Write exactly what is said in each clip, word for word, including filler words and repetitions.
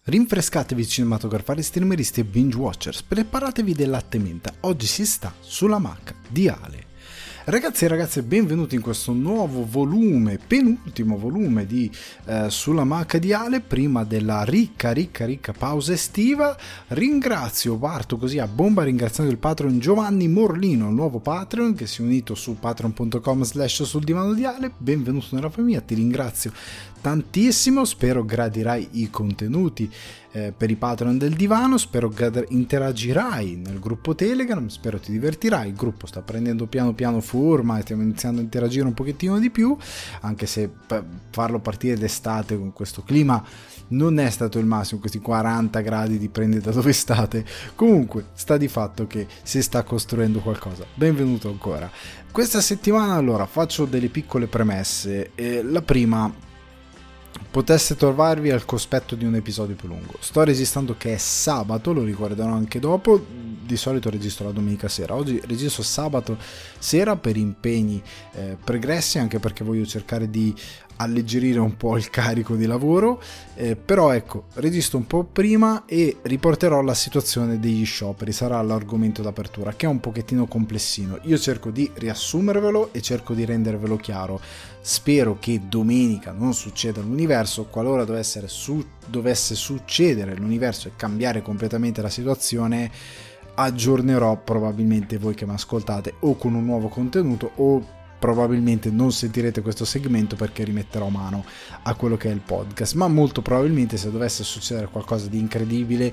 Rinfrescatevi cinematografari, streameristi e binge watchers, preparatevi del latte menta, oggi si sta sulla macca di Ale. Ragazzi e ragazze, benvenuti in questo nuovo volume, penultimo volume di eh, Sulla Macca di Ale, prima della ricca, ricca, ricca pausa estiva. Ringrazio, parto così a bomba ringraziando il patron Giovanni Morlino, il nuovo patron che si è unito su patreon punto com slash sul divano di Ale. Benvenuto nella famiglia, ti ringrazio tantissimo, spero gradirai i contenuti eh, per i patron del divano, spero grad- interagirai nel gruppo Telegram, spero ti divertirai, il gruppo sta prendendo piano piano forma e stiamo iniziando a interagire un pochettino di più, anche se p- farlo partire d'estate con questo clima non è stato il massimo, questi quaranta gradi dipende da dove state, comunque sta di fatto che si sta costruendo qualcosa. Benvenuto ancora. Questa settimana allora faccio delle piccole premesse, eh, la prima: poteste trovarvi al cospetto di un episodio più lungo. Sto registrando che è sabato, lo ricorderò anche dopo, di solito registro la domenica sera, oggi registro sabato sera per impegni eh, pregressi, anche perché voglio cercare di alleggerire un po' il carico di lavoro, eh, però ecco, registro un po' prima e riporterò la situazione degli scioperi, sarà l'argomento d'apertura, che è un pochettino complessino. Io cerco di riassumervelo e cerco di rendervelo chiaro. Spero che domenica non succeda l'universo, qualora dovesse, su- dovesse succedere l'universo e cambiare completamente la situazione, aggiornerò probabilmente voi che mi ascoltate o con un nuovo contenuto o probabilmente non sentirete questo segmento perché rimetterò mano a quello che è il podcast, ma molto probabilmente se dovesse succedere qualcosa di incredibile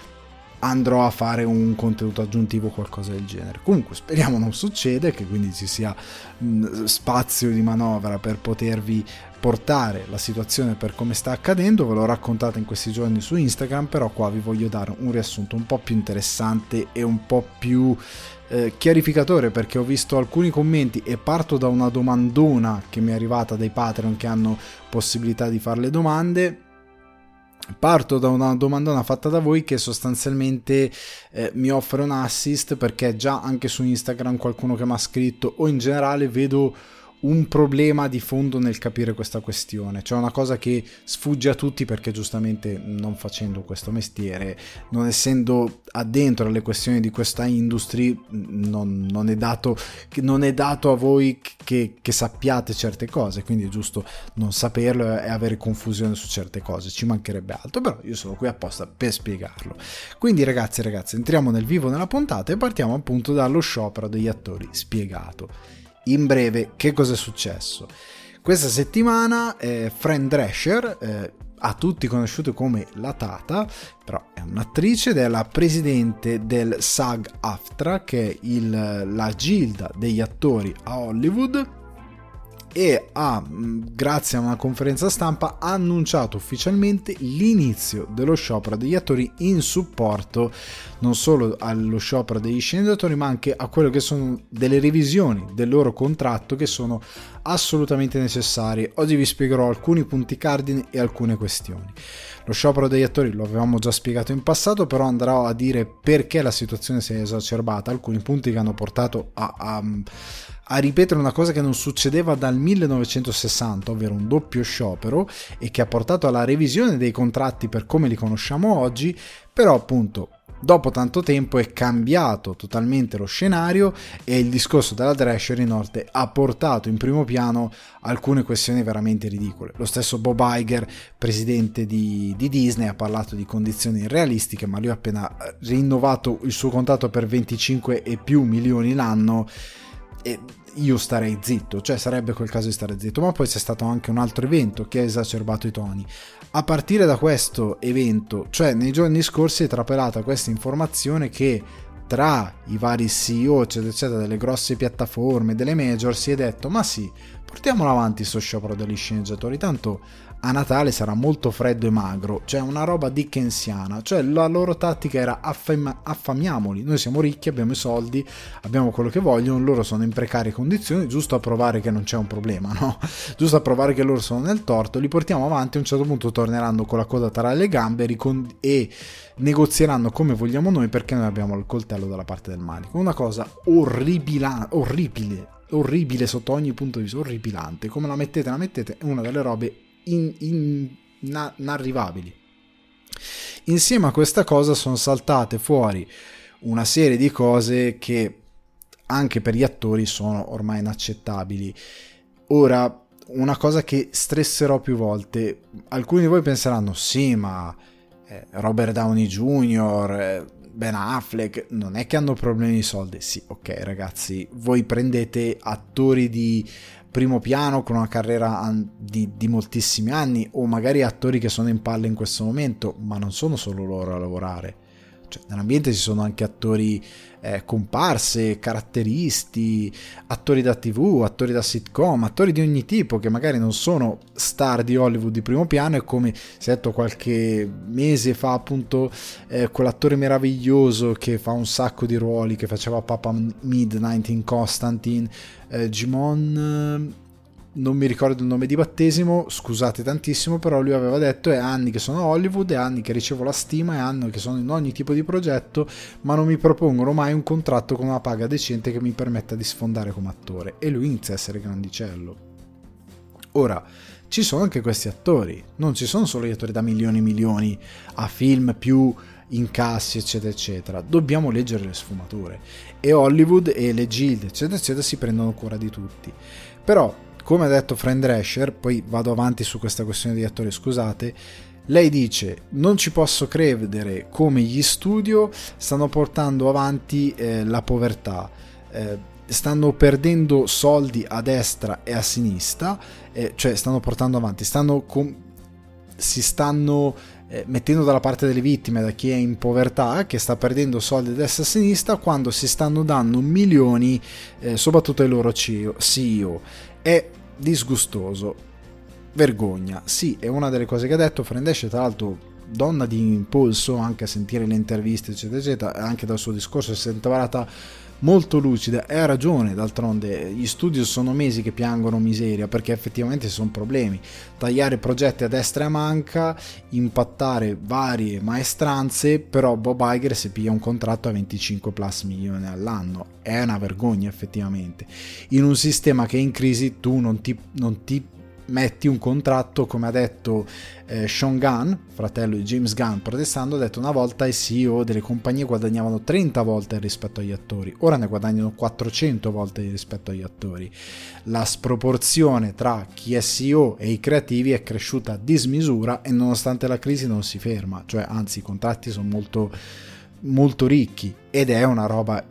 andrò a fare un contenuto aggiuntivo o qualcosa del genere. Comunque speriamo non succeda, che quindi ci sia mh, spazio di manovra per potervi portare la situazione per come sta accadendo. Ve l'ho raccontata in questi giorni su Instagram, però qua vi voglio dare un riassunto un po' più interessante e un po' più eh, chiarificatore, perché ho visto alcuni commenti e parto da una domandona che mi è arrivata dai Patreon che hanno possibilità di fare le domande. Parto da una domandona fatta da voi che sostanzialmente eh, mi offre un assist, perché già anche su Instagram qualcuno che mi ha scritto, o in generale vedo un problema di fondo nel capire questa questione, cioè una cosa che sfugge a tutti, perché giustamente non facendo questo mestiere, non essendo addentro alle questioni di questa industry, non, non è dato non è dato a voi che, che sappiate certe cose, quindi è giusto non saperlo e avere confusione su certe cose, ci mancherebbe altro, però io sono qui apposta per spiegarlo. Quindi ragazzi e ragazze, entriamo nel vivo nella puntata e partiamo appunto dallo sciopero degli attori spiegato. In breve, che cosa è successo? Questa settimana eh, Fran Drescher, eh, a tutti conosciuto come la Tata, però è un'attrice ed è la presidente del SAG-AFTRA, che è il, la gilda degli attori a Hollywood, e ha, grazie a una conferenza stampa, ha annunciato ufficialmente l'inizio dello sciopero degli attori in supporto non solo allo sciopero degli sceneggiatori, ma anche a quello che sono delle revisioni del loro contratto che sono assolutamente necessarie. Oggi vi spiegherò alcuni punti cardine e alcune questioni. Lo sciopero degli attori lo avevamo già spiegato in passato, però andrò a dire perché la situazione si è esacerbata, alcuni punti che hanno portato a, a, a ripetere una cosa che non succedeva dal millenovecentosessanta, ovvero un doppio sciopero, e che ha portato alla revisione dei contratti per come li conosciamo oggi. Però appunto dopo tanto tempo è cambiato totalmente lo scenario e il discorso della Drescher inoltre ha portato in primo piano alcune questioni veramente ridicole. Lo stesso Bob Iger, presidente di, di Disney, ha parlato di condizioni irrealistiche, ma lui ha appena rinnovato il suo contratto per venticinque e più milioni l'anno e io starei zitto, cioè sarebbe quel caso di stare zitto. Ma poi c'è stato anche un altro evento che ha esacerbato i toni. A partire da questo evento, cioè nei giorni scorsi, è trapelata questa informazione che tra i vari C E O eccetera eccetera delle grosse piattaforme, delle major, si è detto: ma sì, portiamolo avanti sto sciopero degli sceneggiatori, tanto a Natale sarà molto freddo e magro, cioè una roba dickensiana, cioè la loro tattica era affam- affamiamoli, noi siamo ricchi, abbiamo i soldi, abbiamo quello che vogliono, loro sono in precarie condizioni, giusto a provare che non c'è un problema, no? Giusto a provare che loro sono nel torto, li portiamo avanti, a un certo punto torneranno con la coda tra le gambe ricon- e negozieranno come vogliamo noi, perché noi abbiamo il coltello dalla parte del manico. Una cosa orribila- orribile, orribile sotto ogni punto di vista, orripilante, come la mettete, la mettete, è una delle robe In, in, na, inarrivabili. Insieme a questa cosa sono saltate fuori una serie di cose che anche per gli attori sono ormai inaccettabili. Ora, una cosa che stresserò più volte, alcuni di voi penseranno sì, ma eh, Robert Downey junior, eh, Ben Affleck non è che hanno problemi di soldi. Sì, ok ragazzi, voi prendete attori di primo piano con una carriera di, di moltissimi anni, o magari attori che sono in palla in questo momento, ma non sono solo loro a lavorare. Cioè, nell'ambiente ci sono anche attori eh, comparse, caratteristi, attori da tivù, attori da sitcom, attori di ogni tipo che magari non sono star di Hollywood di primo piano. E come si è detto qualche mese fa, appunto, eh, quell'attore meraviglioso che fa un sacco di ruoli, che faceva Papa Midnight in Constantine, eh, Jimon... non mi ricordo il nome di battesimo, scusate tantissimo, però lui aveva detto: è anni che sono a Hollywood, è anni che ricevo la stima, è anni che sono in ogni tipo di progetto, ma non mi propongono mai un contratto con una paga decente che mi permetta di sfondare come attore. E lui inizia a essere grandicello. Ora, ci sono anche questi attori, non ci sono solo gli attori da milioni e milioni a film più incassi eccetera eccetera, dobbiamo leggere le sfumature, e Hollywood e le gilde eccetera eccetera si prendono cura di tutti. Però, come ha detto Fran Drescher, poi vado avanti su questa questione degli attori, scusate, lei dice: non ci posso credere come gli studio stanno portando avanti eh, la povertà, eh, stanno perdendo soldi a destra e a sinistra, eh, cioè stanno portando avanti, stanno com- si stanno eh, mettendo dalla parte delle vittime, da chi è in povertà, che sta perdendo soldi a destra e a sinistra, quando si stanno dando milioni eh, soprattutto ai loro C E O. È disgustoso, vergogna. Sì, è una delle cose che ha detto Fran Drescher, tra l'altro donna di impulso, anche a sentire le interviste eccetera eccetera, anche dal suo discorso si è sembrata molto lucida, e ha ragione. D'altronde gli studio sono mesi che piangono miseria, perché effettivamente ci sono problemi, tagliare progetti a destra e a manca, impattare varie maestranze, però Bob Iger si piglia un contratto a venticinque plus milioni all'anno. È una vergogna effettivamente, in un sistema che è in crisi. Tu non ti, non ti metti un contratto, come ha detto eh, Sean Gunn, fratello di James Gunn, protestando, ha detto: una volta i C E O delle compagnie guadagnavano trenta volte rispetto agli attori, ora ne guadagnano quattrocento volte rispetto agli attori. La sproporzione tra chi è C E O e i creativi è cresciuta a dismisura, e nonostante la crisi non si ferma, cioè anzi i contratti sono molto molto ricchi, ed è una roba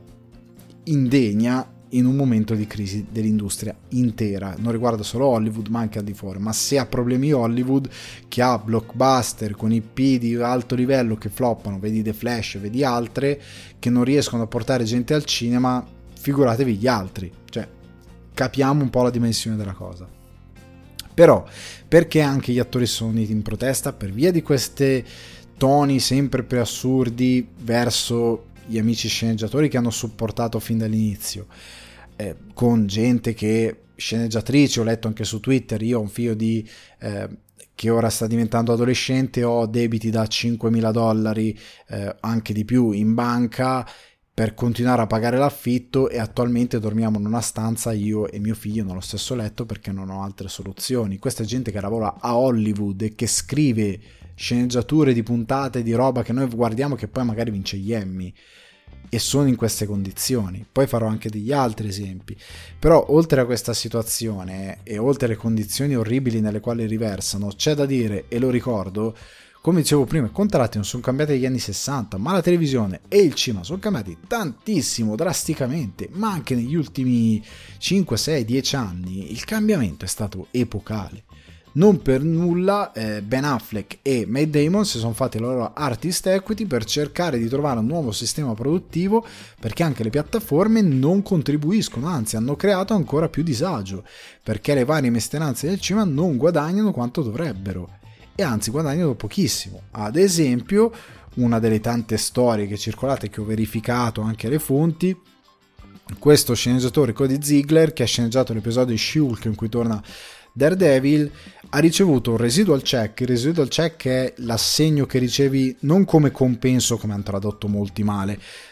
indegna in un momento di crisi dell'industria intera. Non riguarda solo Hollywood, ma anche al di fuori. Ma se ha problemi Hollywood, che ha blockbuster con I P di alto livello che floppano, vedi The Flash, vedi altre che non riescono a portare gente al cinema, figuratevi gli altri. Cioè, capiamo un po' la dimensione della cosa. Però, perché anche gli attori sono uniti in protesta? Per via di questi toni sempre più assurdi verso gli amici sceneggiatori che hanno supportato fin dall'inizio, eh, con gente che, sceneggiatrici, ho letto anche su Twitter: io ho un figlio di eh, che ora sta diventando adolescente, ho debiti da cinquemila dollari, eh, anche di più, in banca per continuare a pagare l'affitto, e attualmente dormiamo in una stanza io e mio figlio nello stesso letto perché non ho altre soluzioni. Questa è gente che lavora a Hollywood e che scrive sceneggiature di puntate di roba che noi guardiamo, che poi magari vince gli Emmy, e sono in queste condizioni. Poi farò anche degli altri esempi. Però oltre a questa situazione e oltre alle condizioni orribili nelle quali riversano, c'è da dire, e lo ricordo, come dicevo prima, i contratti non sono cambiati dagli anni sessanta, ma la televisione e il cinema sono cambiati tantissimo, drasticamente. Ma anche negli ultimi cinque, sei, dieci anni il cambiamento è stato epocale. Non per nulla eh, Ben Affleck e Matt Damon si sono fatti la loro artist equity per cercare di trovare un nuovo sistema produttivo, perché anche le piattaforme non contribuiscono, anzi hanno creato ancora più disagio, perché le varie mestieranze del cinema non guadagnano quanto dovrebbero, e anzi guadagnano pochissimo. Ad esempio, una delle tante storie che circolate, che ho verificato anche le fonti, questo sceneggiatore Cody Ziegler, che ha sceneggiato l'episodio di She-Hulk in cui torna Daredevil, ha ricevuto un residual check. Il residual check è l'assegno che ricevi non come compenso, come hanno tradotto molti male,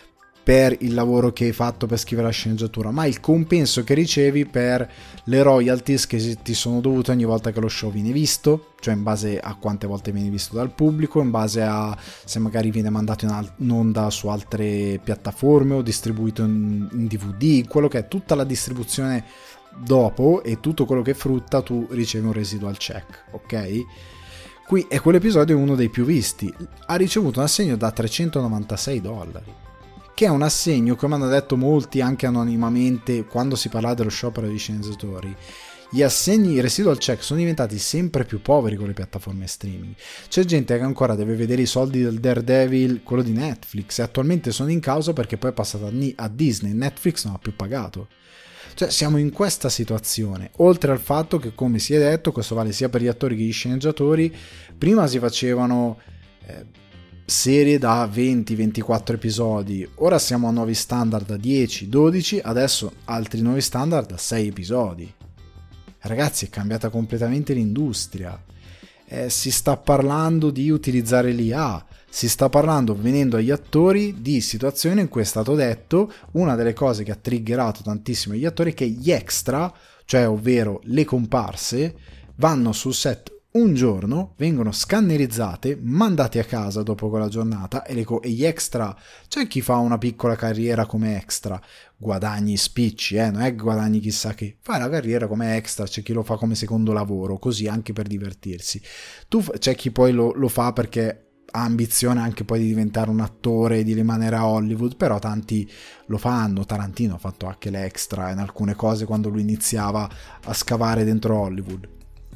per il lavoro che hai fatto per scrivere la sceneggiatura, ma il compenso che ricevi per le royalties che ti sono dovute ogni volta che lo show viene visto, cioè in base a quante volte viene visto dal pubblico, in base a se magari viene mandato in, al- in onda su altre piattaforme o distribuito in, in D V D, quello che è tutta la distribuzione dopo e tutto quello che frutta, tu ricevi un residual check, ok? Qui è quell'episodio uno dei più visti, ha ricevuto un assegno da trecentonovantasei dollari, che è un assegno, come hanno detto molti anche anonimamente quando si parla dello sciopero degli sceneggiatori. Gli assegni, i residual check sono diventati sempre più poveri con le piattaforme streaming. C'è gente che ancora deve vedere i soldi del Daredevil, quello di Netflix, e attualmente sono in causa perché poi è passato a Disney, Netflix non ha più pagato. Cioè siamo in questa situazione, oltre al fatto che, come si è detto, questo vale sia per gli attori che gli sceneggiatori, prima si facevano eh, serie da venti ventiquattro episodi, ora siamo a nuovi standard da dieci dodici, adesso altri nuovi standard da sei episodi. Ragazzi, è cambiata completamente l'industria, eh, si sta parlando di utilizzare l'I A, si sta parlando, venendo agli attori, di situazioni in cui è stato detto, una delle cose che ha triggerato tantissimo gli attori è che gli extra, cioè ovvero le comparse, vanno sul set un giorno, vengono scannerizzate, mandate a casa dopo quella giornata e, le co- e gli extra, c'è chi fa una piccola carriera come extra, guadagni spicci, eh, non è che guadagni chissà che, fai la carriera come extra, c'è chi lo fa come secondo lavoro, così anche per divertirsi. Tu, c'è chi poi lo, lo fa perché ha ambizione anche poi di diventare un attore, di rimanere a Hollywood, però tanti lo fanno. Tarantino ha fatto anche l'extra in alcune cose quando lui iniziava a scavare dentro Hollywood.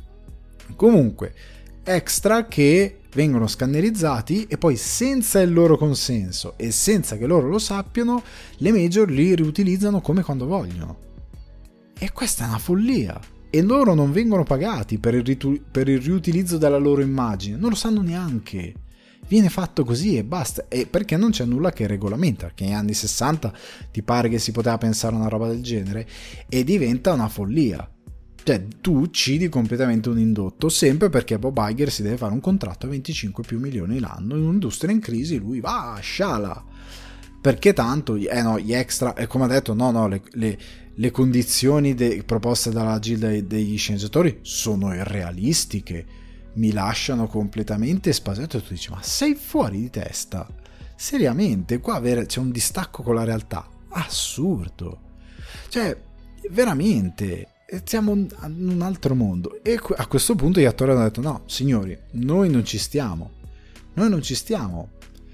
Comunque, extra che vengono scannerizzati e poi senza il loro consenso e senza che loro lo sappiano, le major li riutilizzano come quando vogliono. E questa è una follia. E loro non vengono pagati per il, ritu- per il riutilizzo della loro immagine, non lo sanno neanche. Viene fatto così e basta, e perché non c'è nulla che regolamenta, perché negli anni sessanta ti pare che si poteva pensare a una roba del genere, e diventa una follia. Cioè tu uccidi completamente un indotto, sempre perché Bob Iger si deve fare un contratto a venticinque più milioni l'anno in un'industria in crisi, lui va, sciala, perché tanto, eh no, gli extra, e come ha detto, no no, le, le, le condizioni de, proposte dalla gilda degli sceneggiatori sono irrealistiche, mi lasciano completamente spasinato, e tu dici, ma sei fuori di testa? Seriamente, qua avere, c'è un distacco con la realtà assurdo, cioè veramente siamo in un altro mondo. E a questo punto gli attori hanno detto, no signori, noi non ci stiamo, noi non ci stiamo,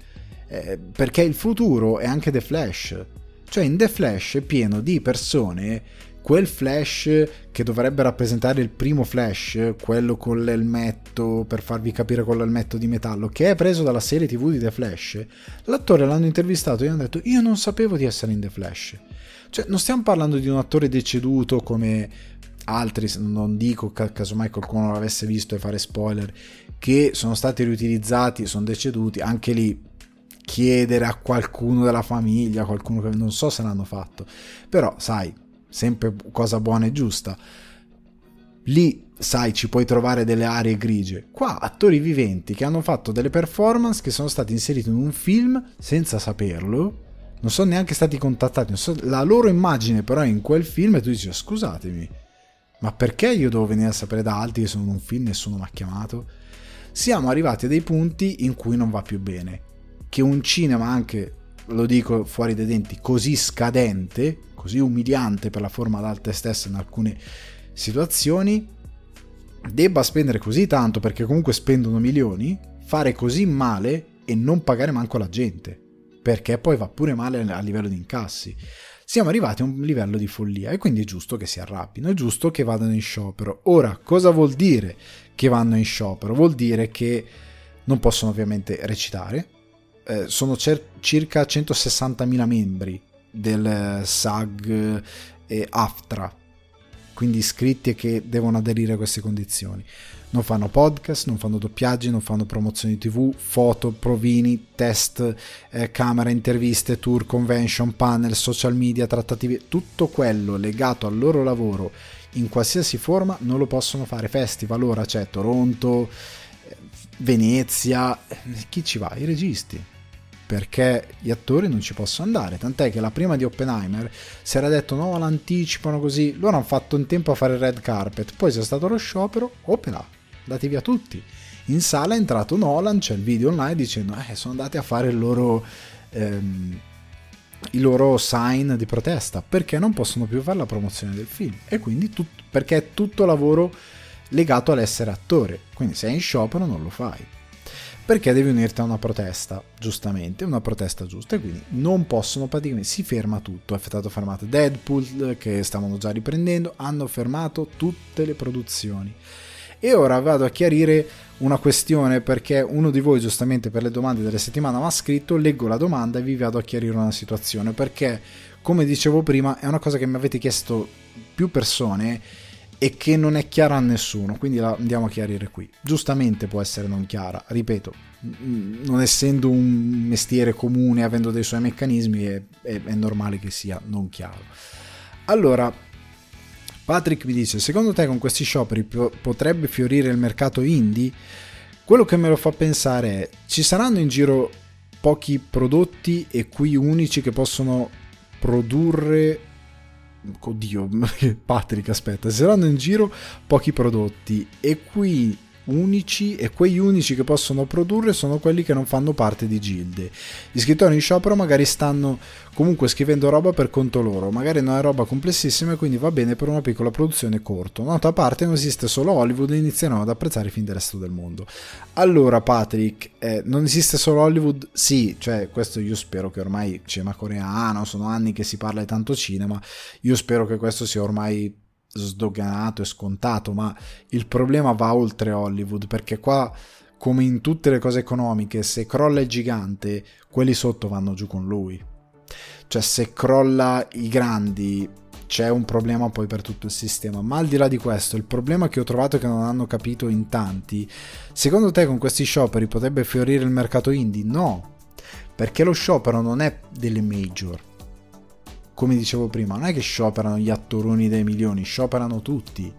eh, perché il futuro è anche The Flash, cioè in The Flash è pieno di persone, quel Flash che dovrebbe rappresentare il primo Flash, quello con l'elmetto, per farvi capire, con l'elmetto di metallo, che è preso dalla serie tv di The Flash, l'attore l'hanno intervistato e gli hanno detto, io non sapevo di essere in The Flash. Cioè non stiamo parlando di un attore deceduto come altri, non dico casomai qualcuno l'avesse visto e fare spoiler, che sono stati riutilizzati, sono deceduti, anche lì chiedere a qualcuno della famiglia, qualcuno che non so se l'hanno fatto, però sai, sempre cosa buona e giusta, lì sai ci puoi trovare delle aree grigie. Qua attori viventi che hanno fatto delle performance che sono stati inseriti in un film senza saperlo, non sono neanche stati contattati, non so, la loro immagine però è in quel film e tu dici, scusatemi, ma perché io devo venire a sapere da altri che sono in un film e nessuno mi ha chiamato? Siamo arrivati a dei punti in cui non va più bene, che un cinema, anche lo dico fuori dai denti, così scadente, così umiliante per la forma d'arte stessa in alcune situazioni, debba spendere così tanto, perché comunque spendono milioni, fare così male e non pagare manco la gente, perché poi va pure male a livello di incassi. Siamo arrivati a un livello di follia e quindi è giusto che si arrabbino, è giusto che vadano in sciopero. Ora, cosa vuol dire che vanno in sciopero? Vuol dire che non possono ovviamente recitare, eh, sono cer- circa centosessantamila membri del SAG e AFTRA, quindi iscritti e che devono aderire a queste condizioni. Non fanno podcast, non fanno doppiaggi, non fanno promozioni tv, foto, provini, test, eh, camera, interviste, tour, convention, panel, social media, trattative, tutto quello legato al loro lavoro in qualsiasi forma non lo possono fare. Festival, ora c'è Toronto, Venezia, chi ci va? I registi. perché gli attori non ci possono andare, tant'è che la prima di Oppenheimer si era detto no, l'anticipano così, loro hanno fatto in tempo a fare il red carpet, poi c'è stato lo sciopero, opera, andati via tutti. In sala è entrato Nolan, c'è il video online dicendo eh, sono andati a fare il loro ehm, i loro sign di protesta perché non possono più fare la promozione del film, e quindi tut- perché è tutto lavoro legato all'essere attore, quindi se è in sciopero non lo fai perché devi unirti a una protesta, giustamente, una protesta giusta, e quindi non possono, praticamente si ferma tutto. È stato fermato Deadpool, che stavano già riprendendo, hanno fermato tutte le produzioni. E ora vado a chiarire una questione, perché uno di voi giustamente per le domande delle settimane mi ha scritto, leggo la domanda e vi vado a chiarire una situazione, perché come dicevo prima è una cosa che mi avete chiesto più persone e che non è chiara a nessuno, quindi la andiamo a chiarire qui. Giustamente può essere non chiara, ripeto, non essendo un mestiere comune, avendo dei suoi meccanismi, è, è, è normale che sia non chiaro. Allora, Patrick mi dice, secondo te con questi scioperi po- potrebbe fiorire il mercato indie? Quello che me lo fa pensare è, ci saranno in giro pochi prodotti e qui unici che possono produrre... Oddio, Patrick, aspetta, saranno in giro pochi prodotti e qui unici, e quegli unici che possono produrre sono quelli che non fanno parte di gilde. Gli scrittori in sciopero magari stanno comunque scrivendo roba per conto loro, magari non è roba complessissima e quindi va bene per una piccola produzione corto. Nota a parte, non esiste solo Hollywood e inizieranno ad apprezzare i film del resto del mondo. Allora Patrick, eh, non esiste solo Hollywood? Sì, cioè questo io spero che ormai cinema coreano, sono anni che si parla di tanto cinema, io spero che questo sia ormai sdoganato e scontato, ma il problema va oltre Hollywood, perché qua, come in tutte le cose economiche, se crolla il gigante quelli sotto vanno giù con lui, cioè se crolla i grandi c'è un problema poi per tutto il sistema. Ma al di là di questo, il problema che ho trovato che non hanno capito in tanti, secondo te con questi scioperi potrebbe fiorire il mercato indie? No, perché lo sciopero non è delle major. Come dicevo prima, non è che scioperano gli attoroni dei milioni, scioperano tutti.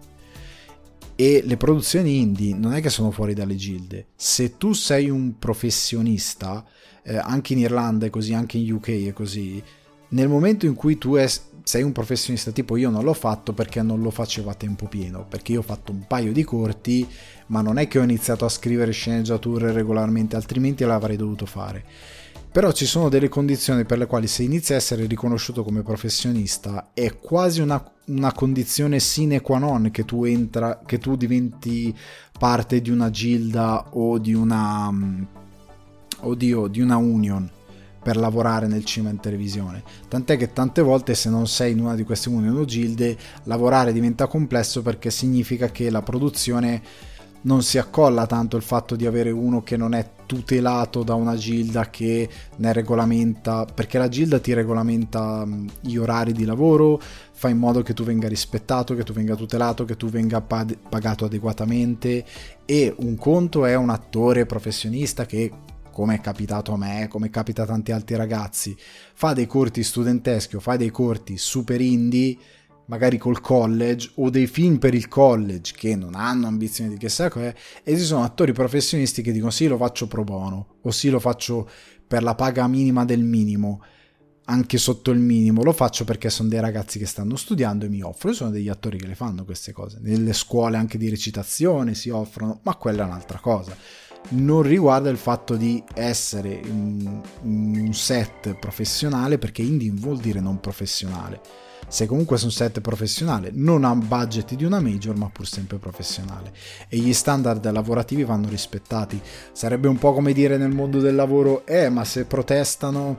E le produzioni indie non è che sono fuori dalle gilde. Se tu sei un professionista, eh, anche in Irlanda è così, anche in U K è così, nel momento in cui tu è, sei un professionista, tipo io non l'ho fatto perché non lo facevo a tempo pieno, perché io ho fatto un paio di corti, ma non è che ho iniziato a scrivere sceneggiature regolarmente, altrimenti l'avrei dovuto fare. Però ci sono delle condizioni per le quali se inizi a essere riconosciuto come professionista è quasi una, una condizione sine qua non che tu entra, che tu diventi parte di una gilda o di una oddio, di una union per lavorare nel cinema e in televisione. Tant'è che tante volte, se non sei in una di queste union o gilde, lavorare diventa complesso, perché significa che la produzione non si accolla tanto il fatto di avere uno che non è tutelato da una gilda che ne regolamenta, perché la gilda ti regolamenta gli orari di lavoro, fa in modo che tu venga rispettato, che tu venga tutelato, che tu venga pagato adeguatamente. E un conto è un attore professionista che, come è capitato a me, come capita a tanti altri ragazzi, fa dei corti studenteschi o fa dei corti super indie, magari col college, o dei film per il college che non hanno ambizioni di che sa cosa, e ci sono attori professionisti che dicono sì, lo faccio pro bono, o sì, lo faccio per la paga minima del minimo, anche sotto il minimo, lo faccio perché sono dei ragazzi che stanno studiando e mi offrono. Sono degli attori che le fanno queste cose, nelle scuole anche di recitazione si offrono, ma quella è un'altra cosa, non riguarda il fatto di essere un, un set professionale, perché indie vuol dire non professionale. Se comunque su un set professionale, non ha budget di una major, ma pur sempre professionale, e gli standard lavorativi vanno rispettati. Sarebbe un po' come dire nel mondo del lavoro, eh ma se protestano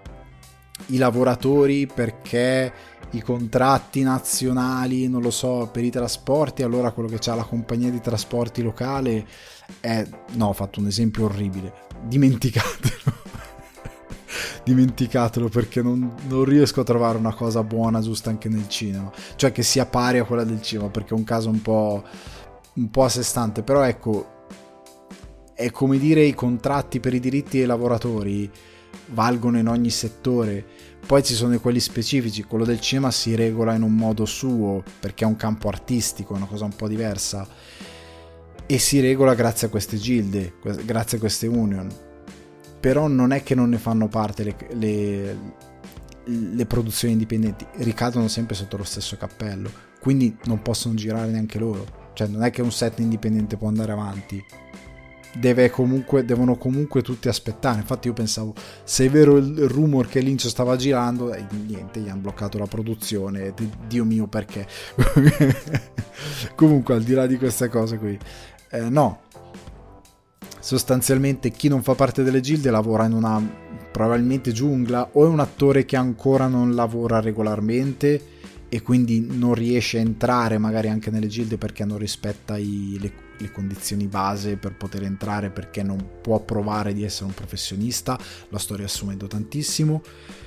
i lavoratori perché i contratti nazionali, non lo so, per i trasporti, allora quello che c'ha la compagnia di trasporti locale è... no, ho fatto un esempio orribile, dimenticatelo dimenticatelo, perché non, non riesco a trovare una cosa buona giusta anche nel cinema, cioè che sia pari a quella del cinema, perché è un caso un po' un po' a sé stante. Però ecco, è come dire, i contratti per i diritti dei lavoratori valgono in ogni settore. Poi ci sono quelli specifici, quello del cinema si regola in un modo suo perché è un campo artistico, è una cosa un po' diversa, e si regola grazie a queste gilde, grazie a queste union. però non è che non ne fanno parte le, le, le produzioni indipendenti, ricadono sempre sotto lo stesso cappello, quindi non possono girare neanche loro, cioè non è che un set indipendente può andare avanti, deve comunque, devono comunque tutti aspettare. Infatti io pensavo, se è vero il rumor che Lynch stava girando, eh, niente, gli hanno bloccato la produzione, Dio mio perché. Comunque al di là di queste cose qui, eh, no, sostanzialmente chi non fa parte delle gilde lavora in una probabilmente giungla, o è un attore che ancora non lavora regolarmente e quindi non riesce a entrare magari anche nelle gilde perché non rispetta i, le, le condizioni base per poter entrare, perché non può provare di essere un professionista, la sto riassumendo tantissimo,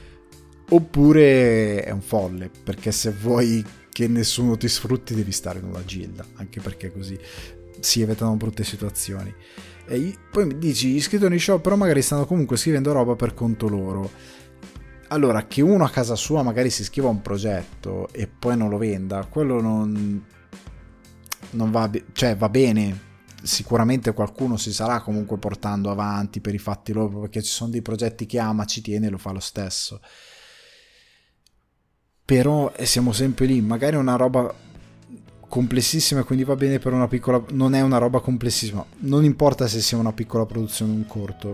oppure è un folle, perché se vuoi che nessuno ti sfrutti devi stare in una gilda, anche perché così si evitano brutte situazioni. E poi mi dici gli scrittori shop però magari stanno comunque scrivendo roba per conto loro. Allora, che uno a casa sua magari si scriva un progetto e poi non lo venda, quello non, non va, be- cioè va bene, sicuramente qualcuno si sarà comunque portando avanti per i fatti loro, perché ci sono dei progetti che ama, ci tiene e lo fa lo stesso. Però siamo sempre lì, magari una roba complessissima, quindi va bene per una piccola, non è una roba complessissima, non importa se sia una piccola produzione o un corto,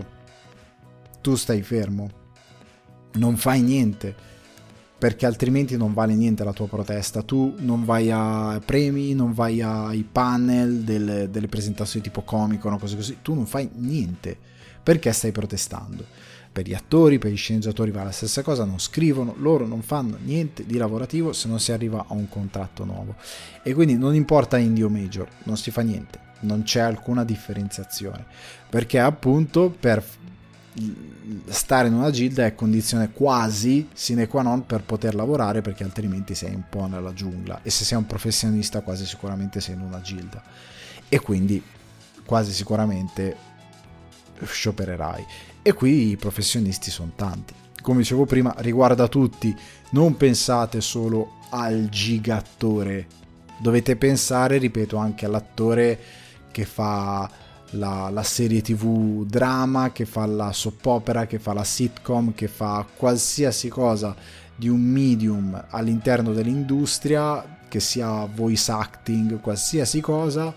tu stai fermo, non fai niente, perché altrimenti non vale niente la tua protesta. Tu non vai a premi, non vai ai panel delle, delle presentazioni tipo Comic-Con o cose così, tu non fai niente perché stai protestando. Per gli attori, per gli sceneggiatori va la stessa cosa, non scrivono, loro non fanno niente di lavorativo se non si arriva a un contratto nuovo, e quindi non importa indie o major, non si fa niente, non c'è alcuna differenziazione, perché appunto per stare in una gilda è condizione quasi sine qua non per poter lavorare, perché altrimenti sei un po' nella giungla, e se sei un professionista quasi sicuramente sei in una gilda e quindi quasi sicuramente sciopererai. E qui i professionisti sono tanti, come dicevo prima, riguarda tutti, non pensate solo al gigattore, dovete pensare, ripeto, anche all'attore che fa La, la serie tv drama, che fa la soap opera, che fa la sitcom, che fa qualsiasi cosa di un medium all'interno dell'industria, che sia voice acting, qualsiasi cosa,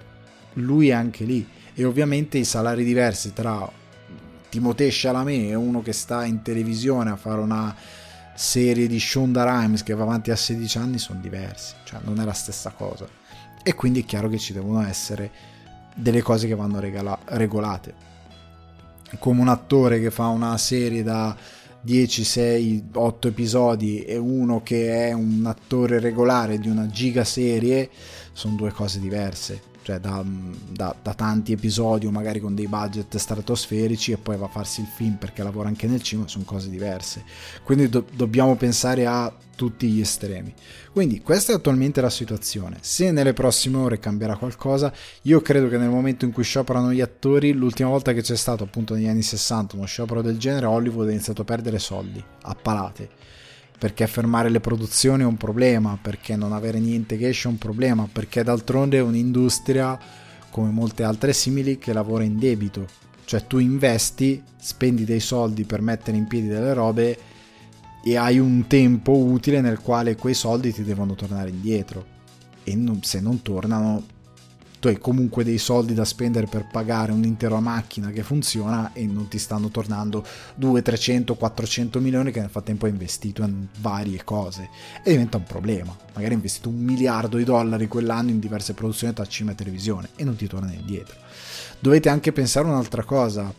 lui è anche lì. E ovviamente i salari diversi tra Timothée Chalamet e uno che sta in televisione a fare una serie di Shonda Rhimes che va avanti a sedici anni sono diversi, cioè non è la stessa cosa, e quindi è chiaro che ci devono essere delle cose che vanno regala- regolate, come un attore che fa una serie da dieci, sei, otto episodi e uno che è un attore regolare di una giga serie, sono due cose diverse, cioè da, da, da tanti episodi o magari con dei budget stratosferici e poi va a farsi il film perché lavora anche nel cinema, sono cose diverse, quindi do- dobbiamo pensare a tutti gli estremi. Quindi questa è attualmente la situazione. Se nelle prossime ore cambierà qualcosa, io credo che nel momento in cui scioperano gli attori, l'ultima volta che c'è stato appunto negli anni sessanta uno sciopero del genere, Hollywood ha iniziato a perdere soldi a palate, perché fermare le produzioni è un problema, perché non avere niente che esce è un problema, perché d'altronde è un'industria come molte altre simili che lavora in debito, cioè tu investi, spendi dei soldi per mettere in piedi delle robe e hai un tempo utile nel quale quei soldi ti devono tornare indietro, e non, se non tornano tu hai comunque dei soldi da spendere per pagare un'intera macchina che funziona e non ti stanno tornando duecento, trecento, quattrocento milioni che nel frattempo hai investito in varie cose, e diventa un problema. Magari hai investito un miliardo di dollari quell'anno in diverse produzioni tra cinema e televisione e non ti torna indietro. Dovete anche pensare un'altra cosa,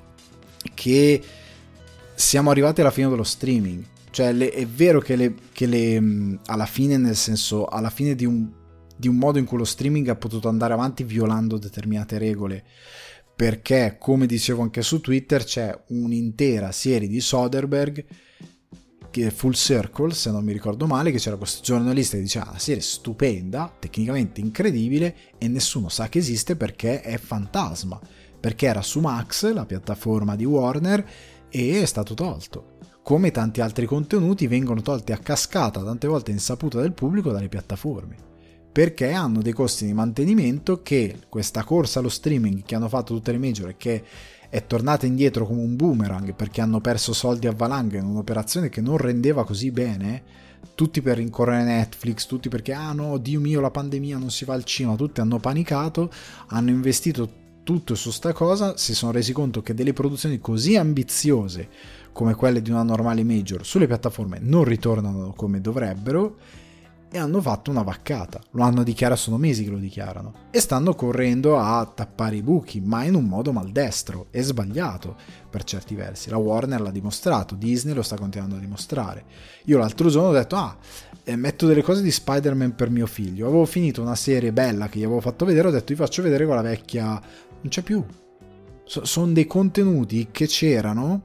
che siamo arrivati alla fine dello streaming, cioè le, è vero che, le, che le, alla fine, nel senso, alla fine di un di un modo in cui lo streaming ha potuto andare avanti violando determinate regole, perché come dicevo anche su Twitter c'è un'intera serie di Soderbergh, che è Full Circle se non mi ricordo male, che c'era questo giornalista che diceva: ah, la serie è stupenda, tecnicamente incredibile, e nessuno sa che esiste perché è fantasma, perché era su Max, la piattaforma di Warner, e è stato tolto, come tanti altri contenuti vengono tolti a cascata, tante volte insaputa del pubblico, dalle piattaforme, perché hanno dei costi di mantenimento che questa corsa allo streaming che hanno fatto tutte le major e che è tornata indietro come un boomerang perché hanno perso soldi a valanga in un'operazione che non rendeva così bene, tutti per rincorrere Netflix, tutti perché ah no, Dio mio, la pandemia, non si va al cinema, tutti hanno panicato, hanno investito tutto su sta cosa, si sono resi conto che delle produzioni così ambiziose come quelle di una normale major sulle piattaforme non ritornano come dovrebbero e hanno fatto una vaccata. Lo hanno dichiarato, sono mesi che lo dichiarano, e stanno correndo a tappare i buchi, ma in un modo maldestro e sbagliato per certi versi. La Warner l'ha dimostrato, Disney lo sta continuando a dimostrare. Io l'altro giorno ho detto ah, eh, metto delle cose di Spider-Man per mio figlio, avevo finito una serie bella che gli avevo fatto vedere, ho detto vi faccio vedere con la vecchia, non c'è più. So, sono dei contenuti che c'erano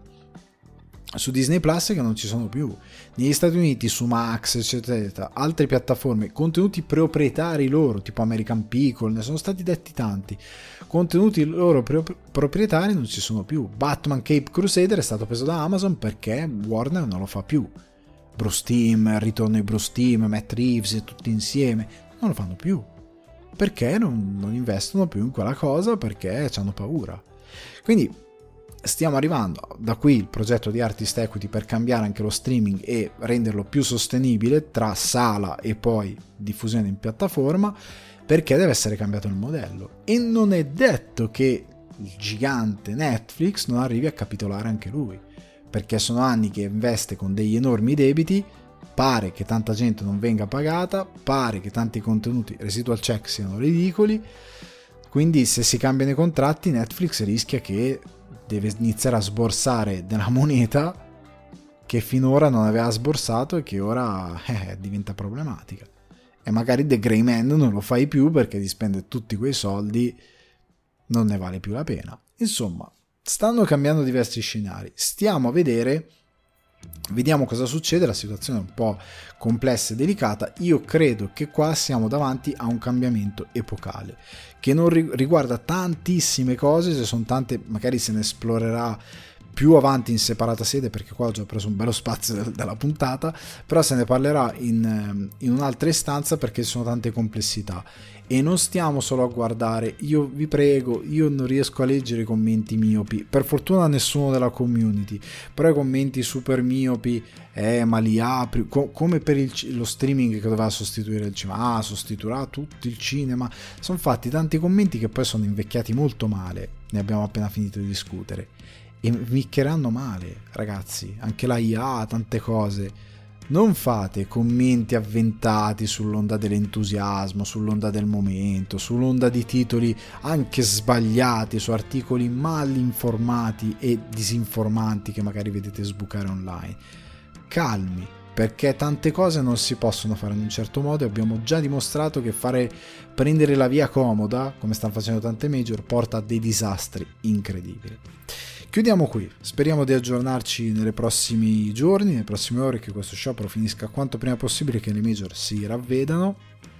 su Disney Plus che non ci sono più. Negli Stati Uniti su Max eccetera, eccetera, altre piattaforme, contenuti proprietari loro tipo American Pickle, ne sono stati detti tanti, contenuti loro pro- proprietari non ci sono più. Batman Cape Crusader è stato preso da Amazon perché Warner non lo fa più. Bruce Timm, il ritorno di Bruce Timm, Matt Reeves tutti insieme non lo fanno più perché non, non investono più in quella cosa, perché hanno paura. Quindi stiamo arrivando da qui il progetto di Artist Equity per cambiare anche lo streaming e renderlo più sostenibile tra sala e poi diffusione in piattaforma, perché deve essere cambiato il modello e non è detto che il gigante Netflix non arrivi a capitolare anche lui, perché sono anni che investe con degli enormi debiti, pare che tanta gente non venga pagata, pare che tanti contenuti residual check siano ridicoli, quindi se si cambiano i contratti Netflix rischia che deve iniziare a sborsare della moneta che finora non aveva sborsato e che ora eh, diventa problematica, e magari The Gray Man non lo fai più perché di spendere tutti quei soldi non ne vale più la pena. Insomma, stanno cambiando diversi scenari, stiamo a vedere, vediamo cosa succede. La situazione è un po' complessa e delicata. Io credo che qua siamo davanti a un cambiamento epocale che non riguarda tantissime cose, se sono tante magari se ne esplorerà più avanti in separata sede, perché qua ho già preso un bello spazio dalla puntata, però se ne parlerà in, in un'altra istanza perché ci sono tante complessità e non stiamo solo a guardare. Io vi prego, io non riesco a leggere i commenti miopi, per fortuna nessuno della community, però i commenti super miopi, eh ma li apri, co- come per il, lo streaming che doveva sostituire il cinema, ah sostituirà tutto il cinema, sono fatti tanti commenti che poi sono invecchiati molto male, ne abbiamo appena finito di discutere e invecchieranno male, ragazzi. Anche la I A, tante cose. Non fate commenti avventati sull'onda dell'entusiasmo, sull'onda del momento, sull'onda di titoli anche sbagliati, su articoli mal informati e disinformanti che magari vedete sbucare online. Calmi, perché tante cose non si possono fare in un certo modo e abbiamo già dimostrato che fare prendere la via comoda, come stanno facendo tante major, porta a dei disastri incredibili. Chiudiamo qui, speriamo di aggiornarci nei prossimi giorni, nelle prossime ore, che questo sciopero finisca quanto prima possibile, che le major si ravvedano,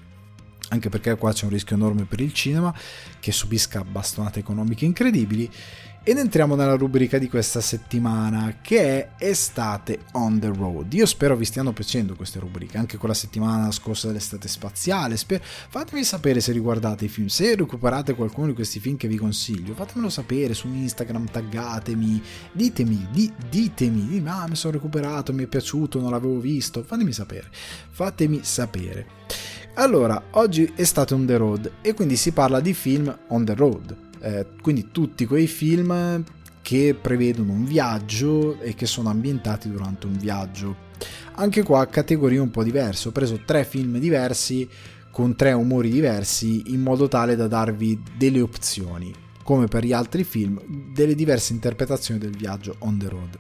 anche perché qua c'è un rischio enorme per il cinema che subisca bastonate economiche incredibili. Ed entriamo nella rubrica di questa settimana, che è Estate on the Road. Io spero vi stiano piacendo queste rubriche, anche con la settimana scorsa dell'estate spaziale. Spero... Fatemi sapere se riguardate i film, se recuperate qualcuno di questi film che vi consiglio, fatemelo sapere su Instagram, taggatemi, ditemi, di, ditemi, ditemi, ah mi sono recuperato, mi è piaciuto, non l'avevo visto, fatemi sapere, fatemi sapere. Allora, oggi è Estate on the Road e quindi si parla di film on the road. Eh, quindi tutti quei film che prevedono un viaggio e che sono ambientati durante un viaggio. Anche qua categorie un po' diverse, ho preso tre film diversi con tre umori diversi in modo tale da darvi delle opzioni, come per gli altri film, delle diverse interpretazioni del viaggio on the road.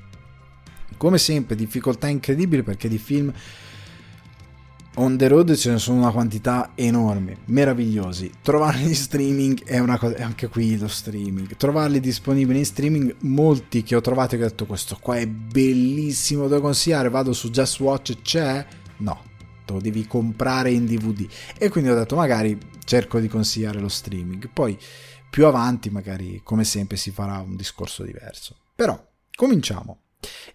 Come sempre difficoltà incredibili perché di film on the road ce ne sono una quantità enorme, meravigliosi. Trovarli in streaming è una cosa, anche qui lo streaming, trovarli disponibili in streaming, molti che ho trovato che ho detto questo qua è bellissimo, devo consigliare, vado su Just Watch, c'è? No, lo devi comprare in D V D, e quindi ho detto magari cerco di consigliare lo streaming, poi più avanti magari come sempre si farà un discorso diverso. Però cominciamo.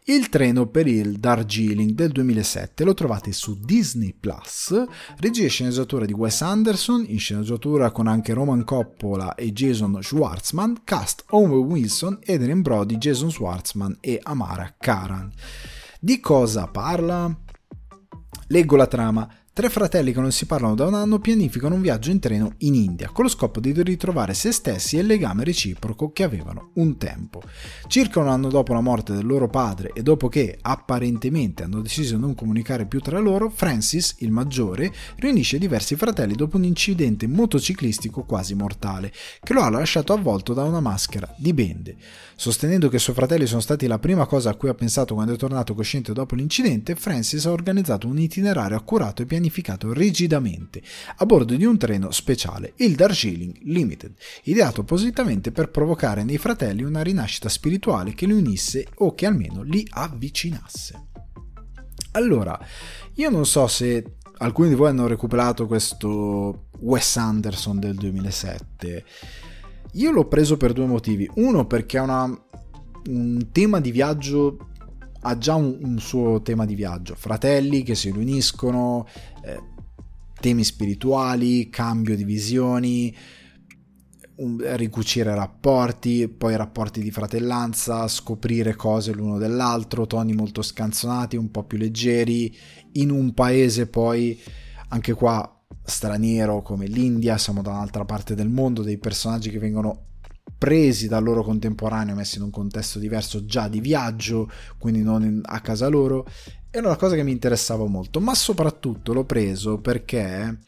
Il treno per il Darjeeling del duemilasette lo trovate su Disney Plus, regia e sceneggiatura di Wes Anderson, in sceneggiatura con anche Roman Coppola e Jason Schwartzman, cast Owen Wilson, Adrien Brody, Jason Schwartzman e Amara Karan. Di cosa parla? Leggo la trama. Tre fratelli che non si parlano da un anno pianificano un viaggio in treno in India con lo scopo di ritrovare se stessi e il legame reciproco che avevano un tempo. Circa un anno dopo la morte del loro padre e dopo che apparentemente hanno deciso di non comunicare più tra loro, Francis, il maggiore, riunisce diversi fratelli dopo un incidente motociclistico quasi mortale che lo ha lasciato avvolto da una maschera di bende. Sostenendo che i suoi fratelli sono stati la prima cosa a cui ha pensato quando è tornato cosciente dopo l'incidente, Francis ha organizzato un itinerario accurato e pianificato rigidamente a bordo di un treno speciale, il Darjeeling Limited, ideato appositamente per provocare nei fratelli una rinascita spirituale che li unisse o che almeno li avvicinasse. Allora, io non so se alcuni di voi hanno recuperato questo Wes Anderson del duemilasette. Io l'ho preso per due motivi. Uno, perché è una, un tema di viaggio, ha già un, un suo tema di viaggio, fratelli che si riuniscono, eh, temi spirituali, cambio di visioni, un, ricucire rapporti, poi rapporti di fratellanza, scoprire cose l'uno dell'altro, toni molto scanzonati, un po' più leggeri, in un paese poi, anche qua, straniero come l'India, siamo da un'altra parte del mondo, dei personaggi che vengono presi dal loro contemporaneo, messi in un contesto diverso già di viaggio, quindi non in, a casa loro. È una cosa che mi interessava molto, ma soprattutto l'ho preso perché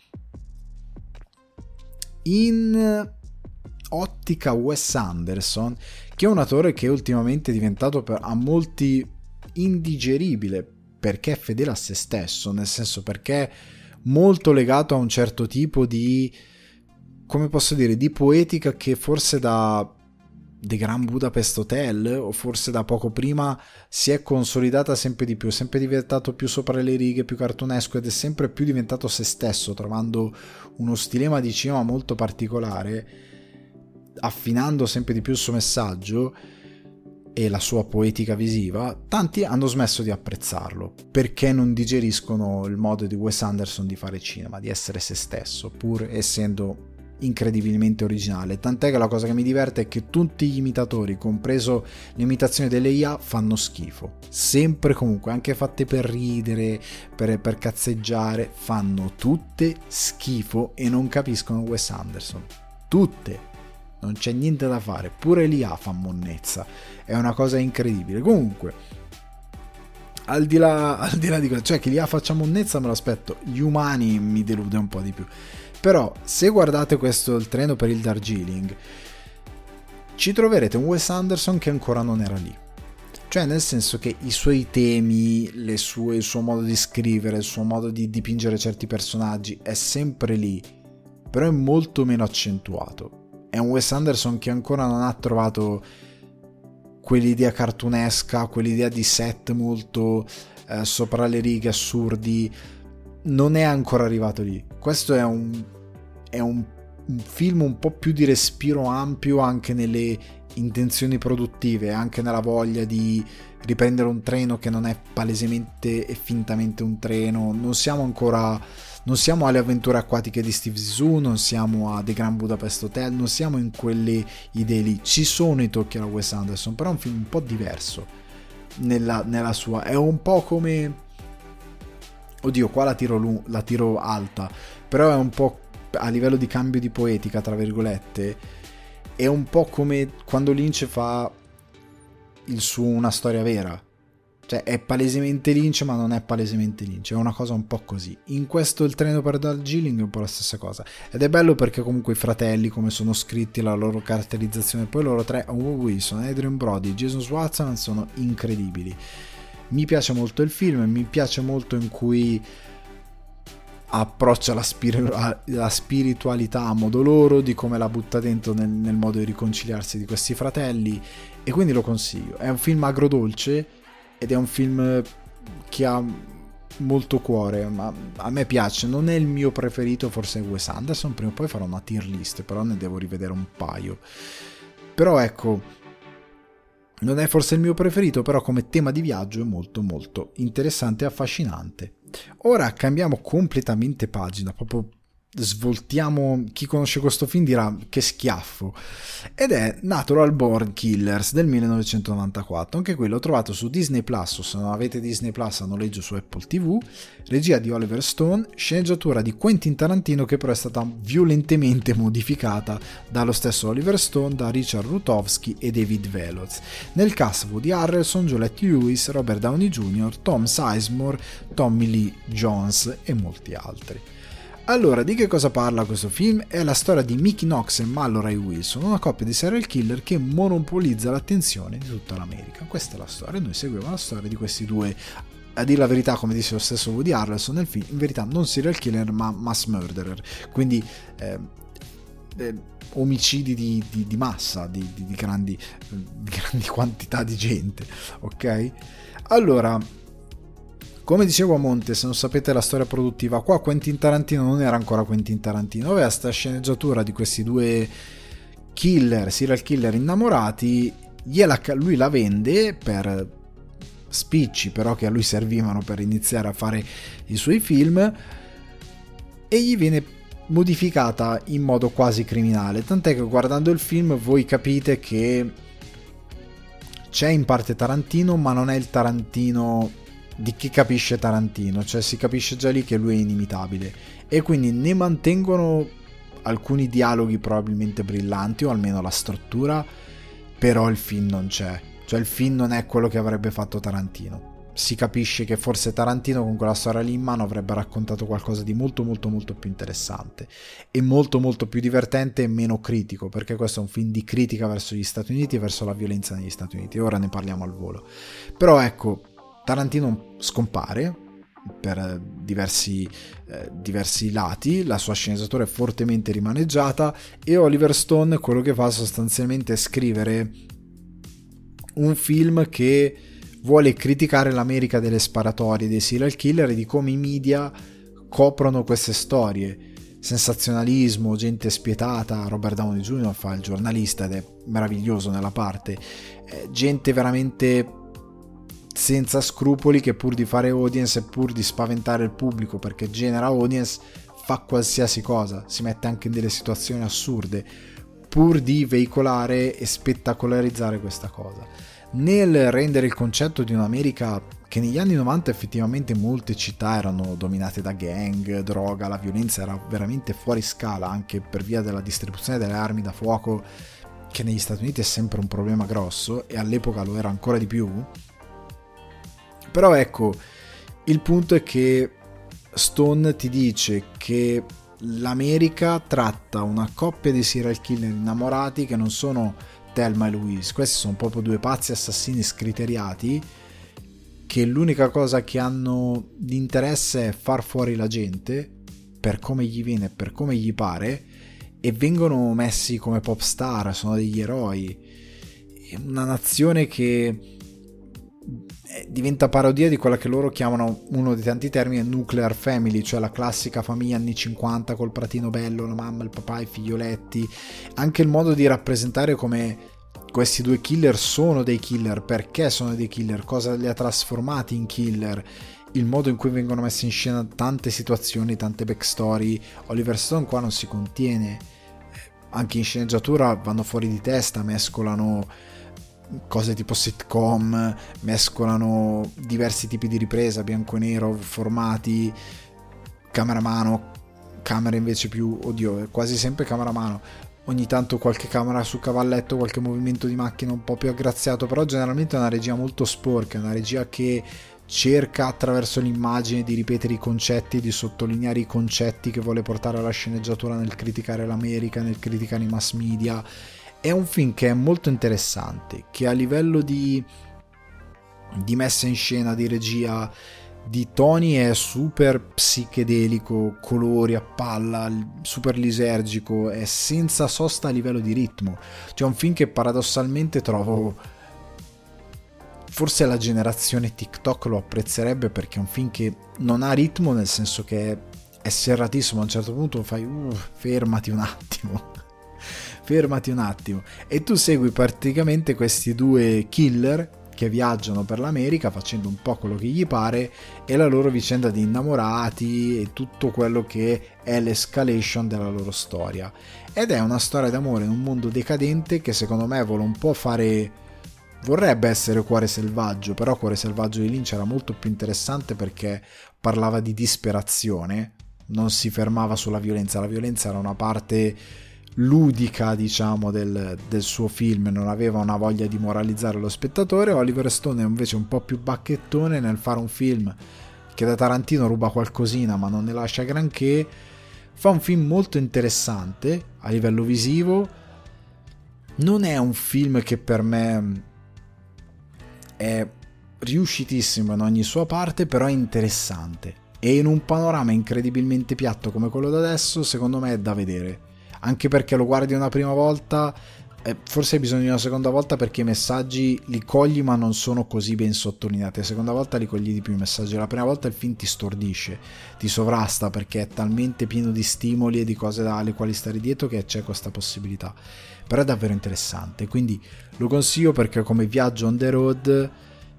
in ottica Wes Anderson, che è un attore che ultimamente è diventato per, a molti indigeribile perché è fedele a se stesso, nel senso perché molto legato a un certo tipo di, come posso dire, di poetica che forse da The Grand Budapest Hotel o forse da poco prima si è consolidata sempre di più, è sempre diventato più sopra le righe, più cartunesco ed è sempre più diventato se stesso, trovando uno stilema di cinema molto particolare, affinando sempre di più il suo messaggio e la sua poetica visiva. Tanti hanno smesso di apprezzarlo perché non digeriscono il modo di Wes Anderson di fare cinema, di essere se stesso, pur essendo incredibilmente originale. Tant'è che la cosa che mi diverte è che tutti gli imitatori, compreso l'imitazione delle I A, fanno schifo, sempre, comunque, anche fatte per ridere, per, per cazzeggiare, fanno tutte schifo e non capiscono Wes Anderson, tutte. Non c'è niente da fare, pure l'I A fa monnezza, è una cosa incredibile. Comunque, al di là, al di là di questo, cioè che l'I A faccia monnezza me lo aspetto, gli umani mi delude un po' di più. Però se guardate questo, il treno per il Darjeeling, ci troverete un Wes Anderson che ancora non era lì, cioè nel senso che i suoi temi, le sue, il suo modo di scrivere, il suo modo di dipingere certi personaggi è sempre lì, però è molto meno accentuato. È un Wes Anderson che ancora non ha trovato quell'idea cartunesca, quell'idea di set molto eh, sopra le righe, assurdi. Non è ancora arrivato lì. Questo è un, è un, un film un po' più di respiro ampio anche nelle intenzioni produttive, anche nella voglia di riprendere un treno che non è palesemente e fintamente un treno. Non siamo ancora... Non siamo alle avventure acquatiche di Steve Zissou, non siamo a The Grand Budapest Hotel, non siamo in quelle idee lì. Ci sono i tocchi alla Wes Anderson, però è un film un po' diverso nella, nella sua. È un po' come... Oddio, qua la tiro, la tiro alta, però è un po' a livello di cambio di poetica, tra virgolette, è un po' come quando Lynch fa il suo Una storia vera. Cioè è palesemente Lynch ma non è palesemente Lynch, è una cosa un po' così. In questo Il treno per Darjeeling è un po' la stessa cosa, ed è bello perché comunque i fratelli, come sono scritti, la loro caratterizzazione, poi loro tre, Owen Wilson, Adrien Brody, Jason Schwartzman, sono incredibili. Mi piace molto il film, mi piace molto in cui approccia la, spir- la spiritualità a modo loro, di come la butta dentro nel, nel modo di riconciliarsi di questi fratelli, e quindi lo consiglio. È un film agrodolce ed è un film che ha molto cuore, ma a me piace. Non è il mio preferito, forse è Wes Anderson, prima o poi farò una tier list, però ne devo rivedere un paio. Però ecco, Non è forse il mio preferito, però come tema di viaggio è molto molto interessante e affascinante. Ora cambiamo completamente pagina, proprio svoltiamo. Chi conosce questo film dirà che schiaffo, ed è Natural Born Killers del millenovecentonovantaquattro. Anche quello trovato su Disney Plus, o se non avete Disney Plus a noleggio su Apple tivù. Regia di Oliver Stone, sceneggiatura di Quentin Tarantino, che però è stata violentemente modificata dallo stesso Oliver Stone, da Richard Rutowski e David Veloz. Nel cast Woody Harrelson, Juliette Lewis, Robert Downey junior, Tom Sizemore, Tommy Lee Jones e molti altri. Allora, di che cosa parla questo film? È la storia di Mickey Knox e Mallory Wilson, una coppia di serial killer che monopolizza l'attenzione di tutta l'America. Questa è la storia, noi seguiamo la storia di questi due, a dire la verità, come disse lo stesso Woody Harrelson nel film, in verità non serial killer ma mass murderer, quindi eh, eh, omicidi di, di, di massa, di, di, di, grandi, di grandi quantità di gente, ok? Allora, come dicevo a monte, se non sapete la storia produttiva, qua Quentin Tarantino non era ancora Quentin Tarantino, aveva sta sceneggiatura di questi due killer, serial killer innamorati, gliela, lui la vende per spicci però che a lui servivano per iniziare a fare i suoi film, e gli viene modificata in modo quasi criminale, tant'è che guardando il film voi capite che c'è in parte Tarantino, ma non è il Tarantino di chi capisce Tarantino, cioè si capisce già lì che lui è inimitabile, e quindi ne mantengono alcuni dialoghi probabilmente brillanti, o almeno la struttura, però il film non c'è, cioè il film non è quello che avrebbe fatto Tarantino. Si capisce che forse Tarantino con quella storia lì in mano avrebbe raccontato qualcosa di molto molto molto più interessante e molto molto più divertente e meno critico, perché questo è un film di critica verso gli Stati Uniti e verso la violenza negli Stati Uniti. Ora ne parliamo al volo, però ecco, Tarantino scompare per diversi, eh, diversi lati, la sua sceneggiatura è fortemente rimaneggiata, e Oliver Stone quello che fa sostanzialmente è scrivere un film che vuole criticare l'America delle sparatorie, dei serial killer e di come i media coprono queste storie. Sensazionalismo, gente spietata, Robert Downey junior fa il giornalista ed è meraviglioso nella parte, eh, gente veramente senza scrupoli che pur di fare audience e pur di spaventare il pubblico perché genera audience fa qualsiasi cosa, si mette anche in delle situazioni assurde pur di veicolare e spettacolarizzare questa cosa, nel rendere il concetto di un'America che negli anni novanta effettivamente molte città erano dominate da gang, droga, la violenza era veramente fuori scala anche per via della distribuzione delle armi da fuoco, che negli Stati Uniti è sempre un problema grosso e all'epoca lo era ancora di più. Però ecco, il punto è che Stone ti dice che l'America tratta una coppia di serial killer innamorati che non sono Thelma e Louise, questi sono proprio due pazzi assassini scriteriati che l'unica cosa che hanno di interesse è far fuori la gente per come gli viene, per come gli pare, e vengono messi come pop star, sono degli eroi. È una nazione che diventa parodia di quella che loro chiamano, uno dei tanti termini, nuclear family, cioè la classica famiglia anni cinquanta col pratino bello, la mamma, il papà, i figlioletti. Anche il modo di rappresentare come questi due killer sono dei killer, perché sono dei killer, cosa li ha trasformati in killer, il modo in cui vengono messe in scena tante situazioni, tante backstory. Oliver Stone qua non si contiene, anche in sceneggiatura vanno fuori di testa, mescolano cose tipo sitcom, mescolano diversi tipi di ripresa, bianco e nero, formati, camera a mano, camere invece più, oddio, quasi sempre camera a mano, ogni tanto qualche camera su cavalletto, qualche movimento di macchina un po' più aggraziato, però generalmente è una regia molto sporca, una regia che cerca attraverso l'immagine di ripetere i concetti, di sottolineare i concetti che vuole portare alla sceneggiatura nel criticare l'America, nel criticare i mass media. È un film che è molto interessante, che a livello di, di messa in scena, di regia, di toni è super psichedelico, colori a palla, super lisergico, è senza sosta a livello di ritmo. Cioè un film che paradossalmente trovo, forse la generazione TikTok lo apprezzerebbe, perché è un film che non ha ritmo, nel senso che è, è serratissimo, a un certo punto fai uh, fermati un attimo fermati un attimo. E tu segui praticamente questi due killer che viaggiano per l'America facendo un po' quello che gli pare, e la loro vicenda di innamorati e tutto quello che è l'escalation della loro storia. Ed è una storia d'amore in un mondo decadente che secondo me vuole un po' fare, vorrebbe essere Cuore selvaggio, però Cuore selvaggio di Lynch era molto più interessante perché parlava di disperazione, non si fermava sulla violenza, la violenza era una parte ludica, diciamo, del, del suo film, non aveva una voglia di moralizzare lo spettatore. Oliver Stone è invece un po' più bacchettone nel fare un film che da Tarantino ruba qualcosina ma non ne lascia granché, fa un film molto interessante a livello visivo, non è un film che per me è riuscitissimo in ogni sua parte, però è interessante, e in un panorama incredibilmente piatto come quello da adesso secondo me è da vedere, anche perché lo guardi una prima volta, eh, forse hai bisogno di una seconda volta perché i messaggi li cogli ma non sono così ben sottolineati, la seconda volta li cogli di più i messaggi, la prima volta il film ti stordisce, ti sovrasta perché è talmente pieno di stimoli e di cose alle quali stare dietro che c'è questa possibilità, però è davvero interessante, quindi lo consiglio perché come viaggio on the road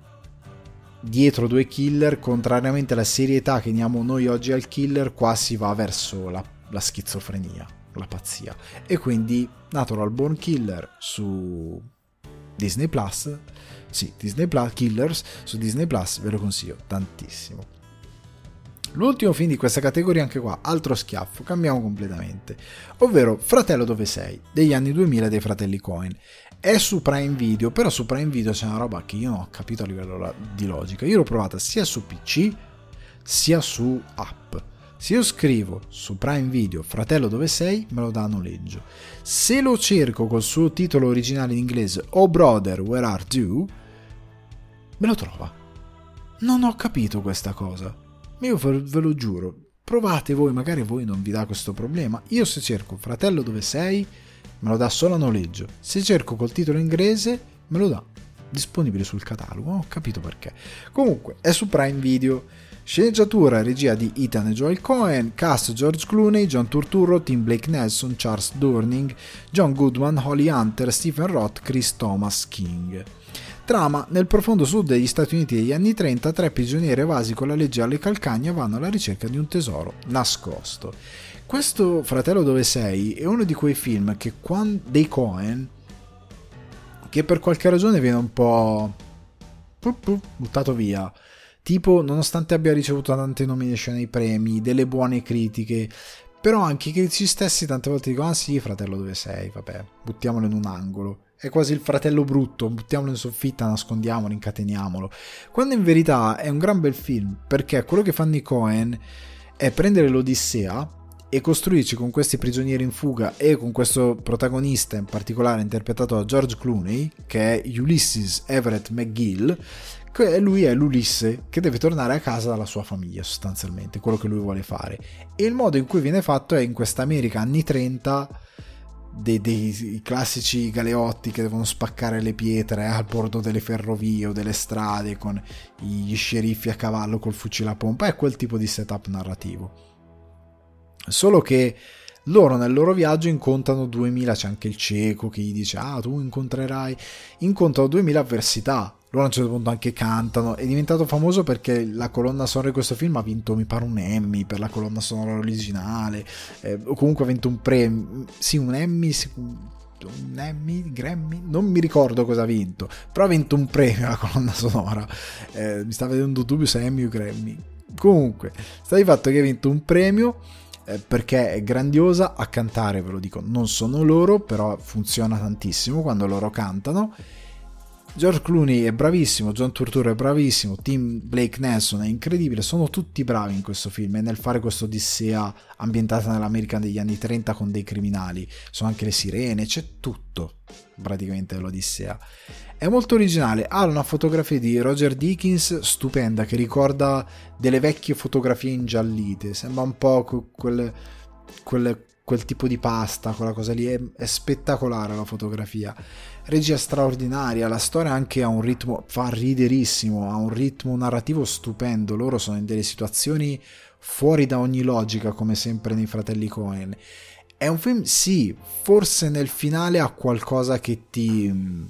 dietro due killer, contrariamente alla serietà che diamo noi oggi al killer, qua si va verso la, la schizofrenia, la pazzia. E quindi Natural Born Killer su Disney Plus, sì, Disney Plus, Killers su Disney Plus, ve lo consiglio tantissimo. L'ultimo film di questa categoria, anche qua altro schiaffo, cambiamo completamente, ovvero Fratello dove sei, degli anni duemila dei fratelli Coen. È su Prime Video, però su Prime Video c'è una roba che io non ho capito a livello di logica. Io l'ho provata sia su P C sia su app. Se io scrivo su Prime Video Fratello dove sei, me lo dà a noleggio. Se lo cerco col suo titolo originale in inglese Oh Brother Where Are You, me lo trova. Non ho capito questa cosa. Io ve lo giuro, provate voi, magari a voi non vi dà questo problema. Io se cerco Fratello dove sei, me lo dà solo a noleggio. Se cerco col titolo inglese, me lo dà disponibile sul catalogo. Non ho capito perché. Comunque, è su Prime Video. Sceneggiatura e regia di Ethan e Joel Coen, cast George Clooney, John Turturro, Tim Blake Nelson, Charles Durning, John Goodman, Holly Hunter, Stephen Roth, Chris Thomas King. Trama: nel profondo sud degli Stati Uniti degli anni trenta, tre prigionieri evasi con la legge alle calcagna vanno alla ricerca di un tesoro nascosto. Questo Fratello dove sei è uno di quei film che quando, dei Coen che per qualche ragione viene un po' buttato via. Tipo, nonostante abbia ricevuto tante nomination ai premi, delle buone critiche, però anche i critici stessi tante volte dicono: ah sì, Fratello dove sei, vabbè, buttiamolo in un angolo, è quasi il fratello brutto, buttiamolo in soffitta, nascondiamolo, incateniamolo, quando in verità è un gran bel film, perché quello che fanno i Coen è prendere l'Odissea e costruirci con questi prigionieri in fuga e con questo protagonista in particolare interpretato da George Clooney, che è Ulysses Everett McGill, che lui è l'Ulisse che deve tornare a casa dalla sua famiglia, sostanzialmente quello che lui vuole fare, e il modo in cui viene fatto è in questa America anni trenta dei, dei classici galeotti che devono spaccare le pietre al bordo delle ferrovie o delle strade con gli sceriffi a cavallo col fucile a pompa, è quel tipo di setup narrativo, solo che loro nel loro viaggio incontrano duemila, c'è anche il cieco che gli dice ah tu incontrerai, incontrano duemila avversità. Loro a un certo punto anche cantano, è diventato famoso perché la colonna sonora di questo film ha vinto mi pare un Emmy per la colonna sonora originale, eh, o comunque ha vinto un premio, sì un Emmy, un Emmy, Grammy, non mi ricordo cosa ha vinto, però ha vinto un premio la colonna sonora, eh, mi sta vedendo dubbio se è Emmy o Grammy, comunque sta di fatto che ha vinto un premio eh, perché è grandiosa a cantare, ve lo dico, non sono loro, però funziona tantissimo quando loro cantano. George Clooney è bravissimo, John Turturro è bravissimo, Tim Blake Nelson è incredibile, sono tutti bravi in questo film e nel fare questa odissea ambientata nell'America degli anni trenta con dei criminali, sono anche le sirene, c'è tutto praticamente dell'odissea. È molto originale, ha una fotografia di Roger Deakins stupenda che ricorda delle vecchie fotografie ingiallite, sembra un po' quel, quel, quel tipo di pasta, quella cosa lì, è, è spettacolare la fotografia. Regia straordinaria, la storia anche ha un ritmo, fa riderissimo, ha un ritmo narrativo stupendo, loro sono in delle situazioni fuori da ogni logica come sempre nei fratelli Coen, è un film, sì, forse nel finale ha qualcosa che ti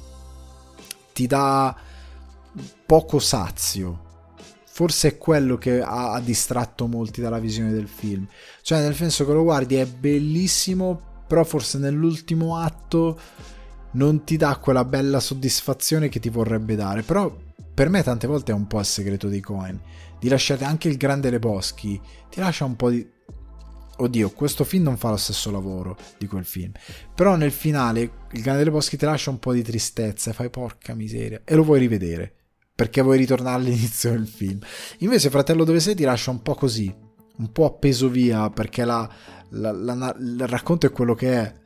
ti dà poco sazio, forse è quello che ha, ha distratto molti dalla visione del film, cioè nel senso che lo guardi, è bellissimo, però forse nell'ultimo atto non ti dà quella bella soddisfazione che ti vorrebbe dare. Però per me tante volte è un po' il segreto dei Coen, di lasciare anche Il Grande Lebowski, ti lascia un po' di... oddio, questo film non fa lo stesso lavoro di quel film, però nel finale Il Grande Lebowski ti lascia un po' di tristezza e fai porca miseria, e lo vuoi rivedere perché vuoi ritornare all'inizio del film. Invece Fratello dove sei ti lascia un po' così, un po' appeso via, perché la, la, la, il racconto è quello che è,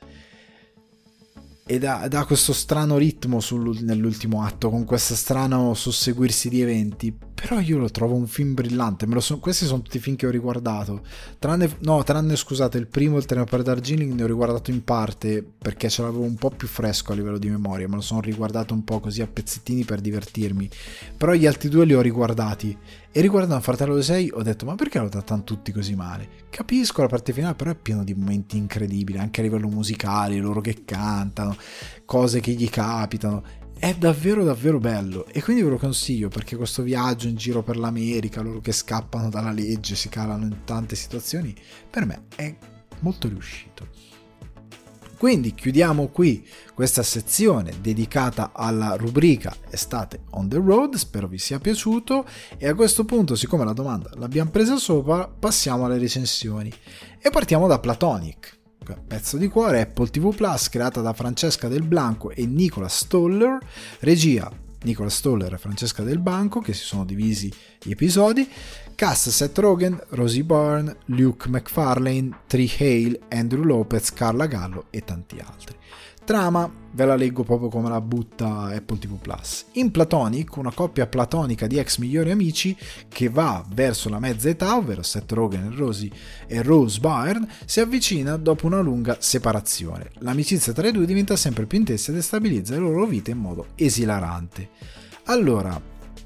ed ha, ha questo strano ritmo sul, nell'ultimo atto, con questo strano susseguirsi di eventi. Però io lo trovo un film brillante. Me lo son, questi sono tutti i film che ho riguardato, tranne, no, tranne scusate, il primo, Il treno per Darjeeling, ne ho riguardato in parte perché ce l'avevo un po' più fresco a livello di memoria, me lo sono riguardato un po' così a pezzettini per divertirmi. Però gli altri due li ho riguardati, e riguardando Fratello dove sei ho detto: ma perché lo trattano tutti così male? Capisco la parte finale, però è pieno di momenti incredibili anche a livello musicale, loro che cantano, cose che gli capitano, è davvero davvero bello, e quindi ve lo consiglio, perché questo viaggio in giro per l'America, loro che scappano dalla legge, si calano in tante situazioni, per me è molto riuscito. Quindi chiudiamo qui questa sezione dedicata alla rubrica Estate on the Road, spero vi sia piaciuto, e a questo punto, siccome la domanda l'abbiamo presa sopra, passiamo alle recensioni e partiamo da Platonic, pezzo di cuore, Apple ti vu Plus, creata da Francesca Del Blanco e Nicolas Stoller, regia Nicolas Stoller e Francesca Del Blanco, che si sono divisi gli episodi, cast Seth Rogen, Rosie Byrne, Luke McFarlane, Tree Hale, Andrew Lopez, Carla Gallo e tanti altri. Trama, ve la leggo proprio come la butta Apple ti vu Plus. In Platonic, una coppia platonica di ex migliori amici che va verso la mezza età, ovvero Seth Rogen e Rosie e Rose Byrne, si avvicina dopo una lunga separazione. L'amicizia tra i due diventa sempre più intensa e destabilizza le loro vite in modo esilarante. Allora,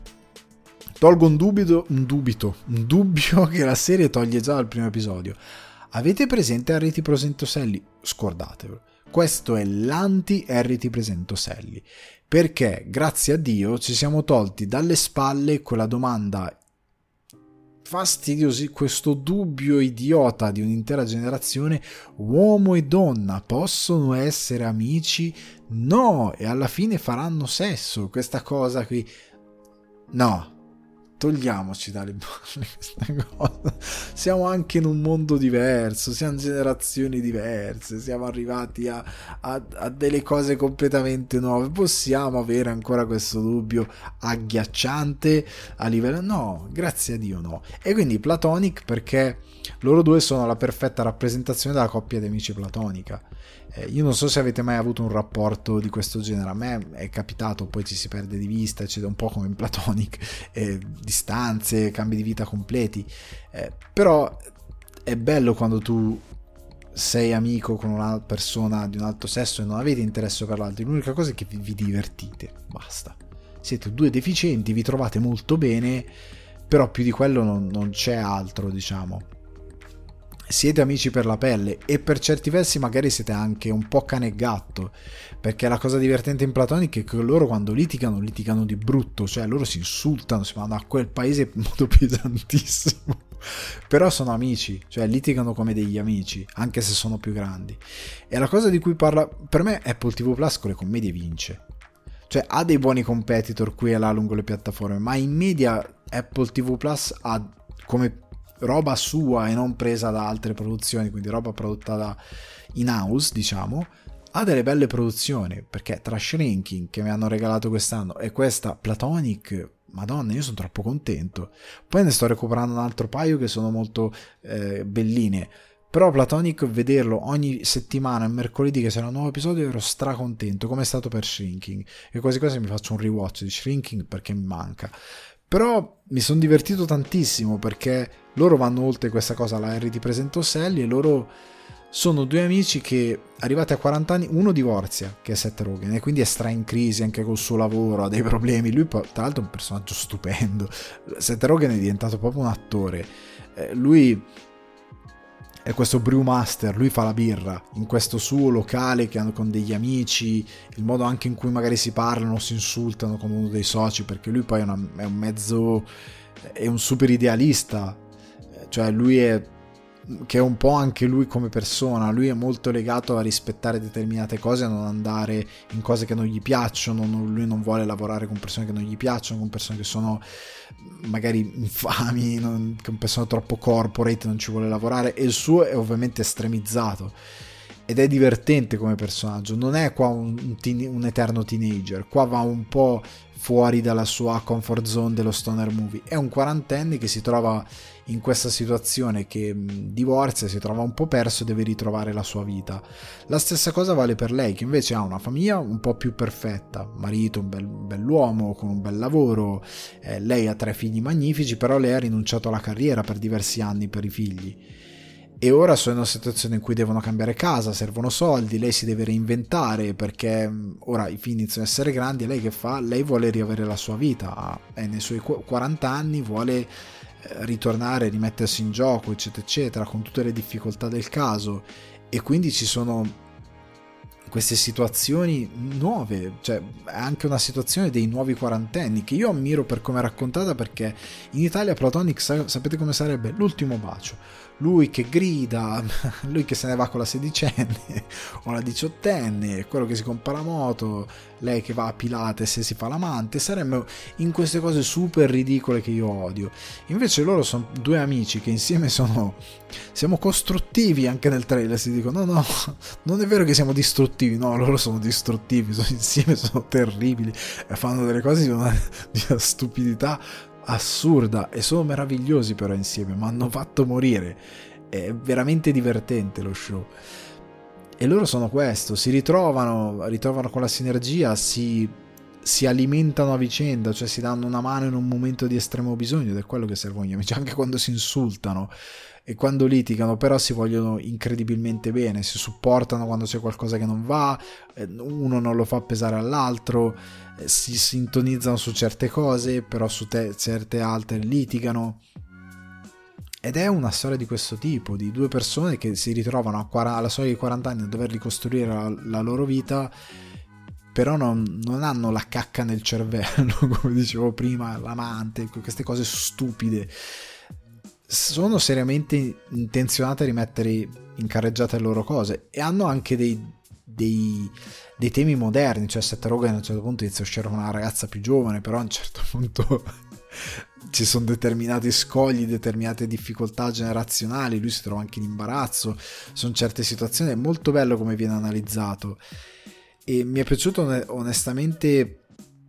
tolgo un dubito, un dubito, un dubbio che la serie toglie già dal primo episodio. Avete presente Harry ti presento Sally? Scordatevelo. Questo è l'anti Harry ti presento Sally, perché grazie a Dio ci siamo tolti dalle spalle quella domanda fastidiosa, questo dubbio idiota di un'intera generazione: uomo e donna possono essere amici? No, e alla fine faranno sesso, questa cosa qui. No, togliamoci dalle balle questa cosa. Siamo anche in un mondo diverso, siamo generazioni diverse, siamo arrivati a, a, a delle cose completamente nuove. Possiamo avere ancora questo dubbio agghiacciante a livello? No, grazie a Dio no. E quindi Platonic, perché loro due sono la perfetta rappresentazione della coppia di amici platonica. Eh, io non so se avete mai avuto un rapporto di questo genere, a me è capitato, poi ci si perde di vista, c'è un po' come in Platonic, eh, distanze, cambi di vita completi, eh, però è bello quando tu sei amico con una persona di un altro sesso e non avete interesse per l'altro, l'unica cosa è che vi, vi divertite, basta, siete due deficienti, vi trovate molto bene, però più di quello non, non c'è altro, diciamo. Siete amici per la pelle, e per certi versi magari siete anche un po' cane e gatto, perché la cosa divertente in Platonic è che loro quando litigano litigano di brutto, cioè loro si insultano, si vanno a quel paese in modo pesantissimo, però sono amici, cioè litigano come degli amici anche se sono più grandi. E la cosa di cui parla, per me Apple ti vu Plus con le commedie vince, cioè ha dei buoni competitor qui e là lungo le piattaforme, ma in media Apple ti vu Plus ha come roba sua e non presa da altre produzioni, quindi roba prodotta da in house, diciamo, ha delle belle produzioni, perché tra Shrinking, che mi hanno regalato quest'anno, e questa Platonic, madonna, io sono troppo contento. Poi ne sto recuperando un altro paio che sono molto eh, belline, però Platonic, vederlo ogni settimana il mercoledì che c'era un nuovo episodio, ero stracontento, come è stato per Shrinking, e quasi quasi mi faccio un rewatch di Shrinking perché mi manca. Però mi sono divertito tantissimo, perché loro vanno oltre questa cosa, la Harry ti presento Sally, e loro sono due amici che arrivati a quaranta anni, uno divorzia, che è Seth Rogen, e quindi è stra in crisi anche col suo lavoro, ha dei problemi, lui tra l'altro è un personaggio stupendo, Seth Rogen è diventato proprio un attore, eh, lui è questo brewmaster, lui fa la birra in questo suo locale che hanno con degli amici, il modo anche in cui magari si parlano, si insultano con uno dei soci, perché lui poi è, una, è un mezzo, è un super idealista, cioè lui è, che è un po' anche lui come persona, lui è molto legato a rispettare determinate cose, a non andare in cose che non gli piacciono, non, lui non vuole lavorare con persone che non gli piacciono, con persone che sono magari infami, non, con persone troppo corporate, non ci vuole lavorare, e il suo è ovviamente estremizzato ed è divertente come personaggio, non è qua un, un, teen, un eterno teenager, qua va un po' fuori dalla sua comfort zone dello stoner movie, è un quarantenne che si trova in questa situazione, che mh, divorzia, si trova un po' perso e deve ritrovare la sua vita. La stessa cosa vale per lei, che invece ha una famiglia un po' più perfetta, marito un bel, bell'uomo con un bel lavoro, eh, lei ha tre figli magnifici, però lei ha rinunciato alla carriera per diversi anni per i figli e ora sono in una situazione in cui devono cambiare casa, servono soldi, lei si deve reinventare perché ora i figli iniziano ad essere grandi, e lei che fa? Lei vuole riavere la sua vita, è nei suoi quaranta anni, vuole ritornare, rimettersi in gioco, eccetera eccetera, con tutte le difficoltà del caso, e quindi ci sono queste situazioni nuove, cioè è anche una situazione dei nuovi quarantenni che io ammiro per come è raccontata, perché in Italia Platonic sapete come sarebbe? L'ultimo bacio, lui che grida, lui che se ne va con la sedicenne o la diciottenne, quello che si compra la moto, lei che va a Pilates e si fa l'amante, sarebbero in queste cose super ridicole che io odio. Invece loro sono due amici che insieme sono, siamo costruttivi, anche nel trailer si dicono no no, non è vero che siamo distruttivi, no, loro sono distruttivi, sono insieme, sono terribili e fanno delle cose di una, di una stupidità assurda, e sono meravigliosi però insieme, mi hanno fatto morire, è veramente divertente lo show. E loro sono questo, si ritrovano, ritrovano con la sinergia, si, si alimentano a vicenda, cioè si danno una mano in un momento di estremo bisogno, ed è quello che servono gli amici, anche quando si insultano e quando litigano, però si vogliono incredibilmente bene, si supportano quando c'è qualcosa che non va, uno non lo fa pesare all'altro, si sintonizzano su certe cose, però su te, certe altre litigano. Ed è una storia di questo tipo, di due persone che si ritrovano a quaranta, alla soglia di quaranta anni a dover ricostruire la, la loro vita, però non, non hanno la cacca nel cervello, come dicevo prima, l'amante, queste cose stupide. Sono seriamente intenzionate a rimettere in carreggiata le loro cose, e hanno anche dei, dei, dei temi moderni, cioè Seth Rogen a un certo punto inizia a uscire con una ragazza più giovane, però a un certo punto ci sono determinati scogli, determinate difficoltà generazionali, lui si trova anche in imbarazzo, sono certe situazioni, è molto bello come viene analizzato, e mi è piaciuto onestamente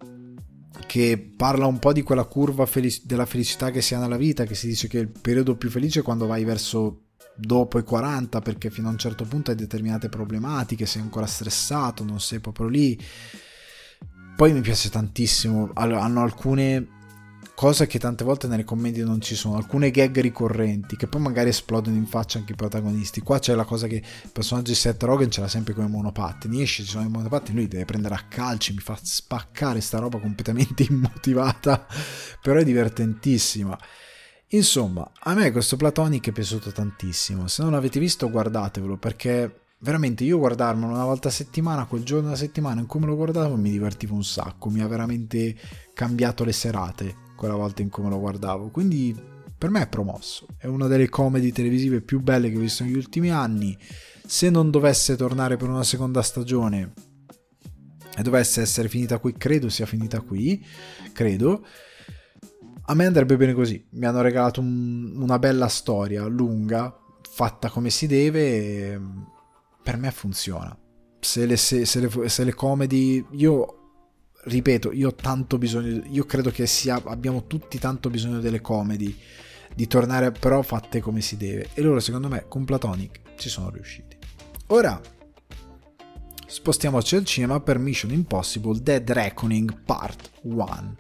che parla un po' di quella curva felic- della felicità che si ha nella vita, che si dice che il periodo più felice è quando vai verso dopo i quaranta, perché fino a un certo punto hai determinate problematiche, sei ancora stressato, non sei proprio lì. Poi mi piace tantissimo, allora, hanno alcune cose che tante volte nelle commedie non ci sono, alcune gag ricorrenti che poi magari esplodono in faccia anche i protagonisti. Qua c'è la cosa che il personaggio di Seth Rogen ce l'ha sempre come monopattini, esce, ci sono i monopattini, lui deve prendere a calci, mi fa spaccare sta roba completamente immotivata, però è divertentissima. Insomma, a me questo Platonic è piaciuto tantissimo, se non l'avete visto guardatevelo, perché veramente io guardarmelo una volta a settimana, quel giorno della settimana in cui me lo guardavo, mi divertivo un sacco, mi ha veramente cambiato le serate quella volta in cui me lo guardavo, quindi per me è promosso, è una delle comedy televisive più belle che ho visto negli ultimi anni. Se non dovesse tornare per una seconda stagione e dovesse essere finita qui, credo sia finita qui, credo, a me andrebbe bene così, mi hanno regalato un, una bella storia lunga, fatta come si deve, e per me funziona. Se le, se, se le, se le comedy, io ripeto, io ho tanto bisogno, io credo che sia, abbiamo tutti tanto bisogno delle comedy, di tornare però fatte come si deve, e loro secondo me con Platonic ci sono riusciti. Ora spostiamoci al cinema per Mission Impossible Dead Reckoning Part uno.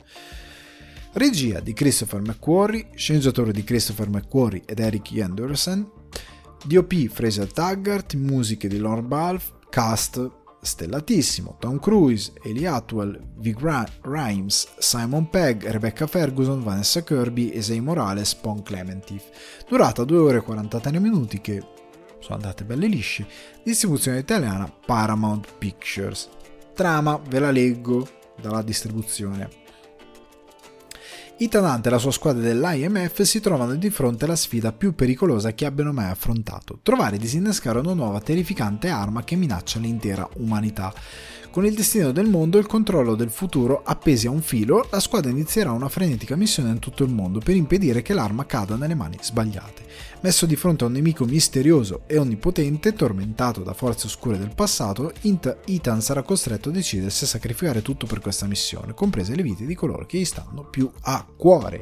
Regia di Christopher McQuarrie, sceneggiatore di Christopher McQuarrie ed Eric Anderson, D O P Fraser Taggart, musiche di Lorne Balfe, cast stellatissimo: Tom Cruise, Hayley Atwell, Ving Rhames, Simon Pegg, Rebecca Ferguson, Vanessa Kirby, Esai Morales, Pon Clementif. Durata due ore e quarantatré minuti, che sono andate belle lisce. Distribuzione italiana Paramount Pictures. Trama ve la leggo dalla distribuzione. Ethan Hunt e la sua squadra dell'I M F si trovano di fronte alla sfida più pericolosa che abbiano mai affrontato: trovare e disinnescare una nuova terrificante arma che minaccia l'intera umanità. Con il destino del mondo e il controllo del futuro appesi a un filo, la squadra inizierà una frenetica missione in tutto il mondo per impedire che l'arma cada nelle mani sbagliate. Messo di fronte a un nemico misterioso e onnipotente, tormentato da forze oscure del passato, Ethan sarà costretto a decidere se sacrificare tutto per questa missione, comprese le vite di coloro che gli stanno più a cuore.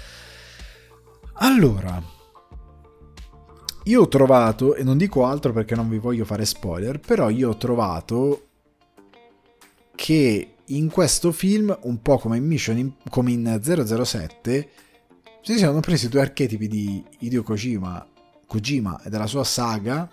Allora, io ho trovato, e non dico altro perché non vi voglio fare spoiler, però io ho trovato che in questo film, un po' come in Mission, come in zero zero sette, si siano presi due archetipi di Hideo Kojima, Kojima e della sua saga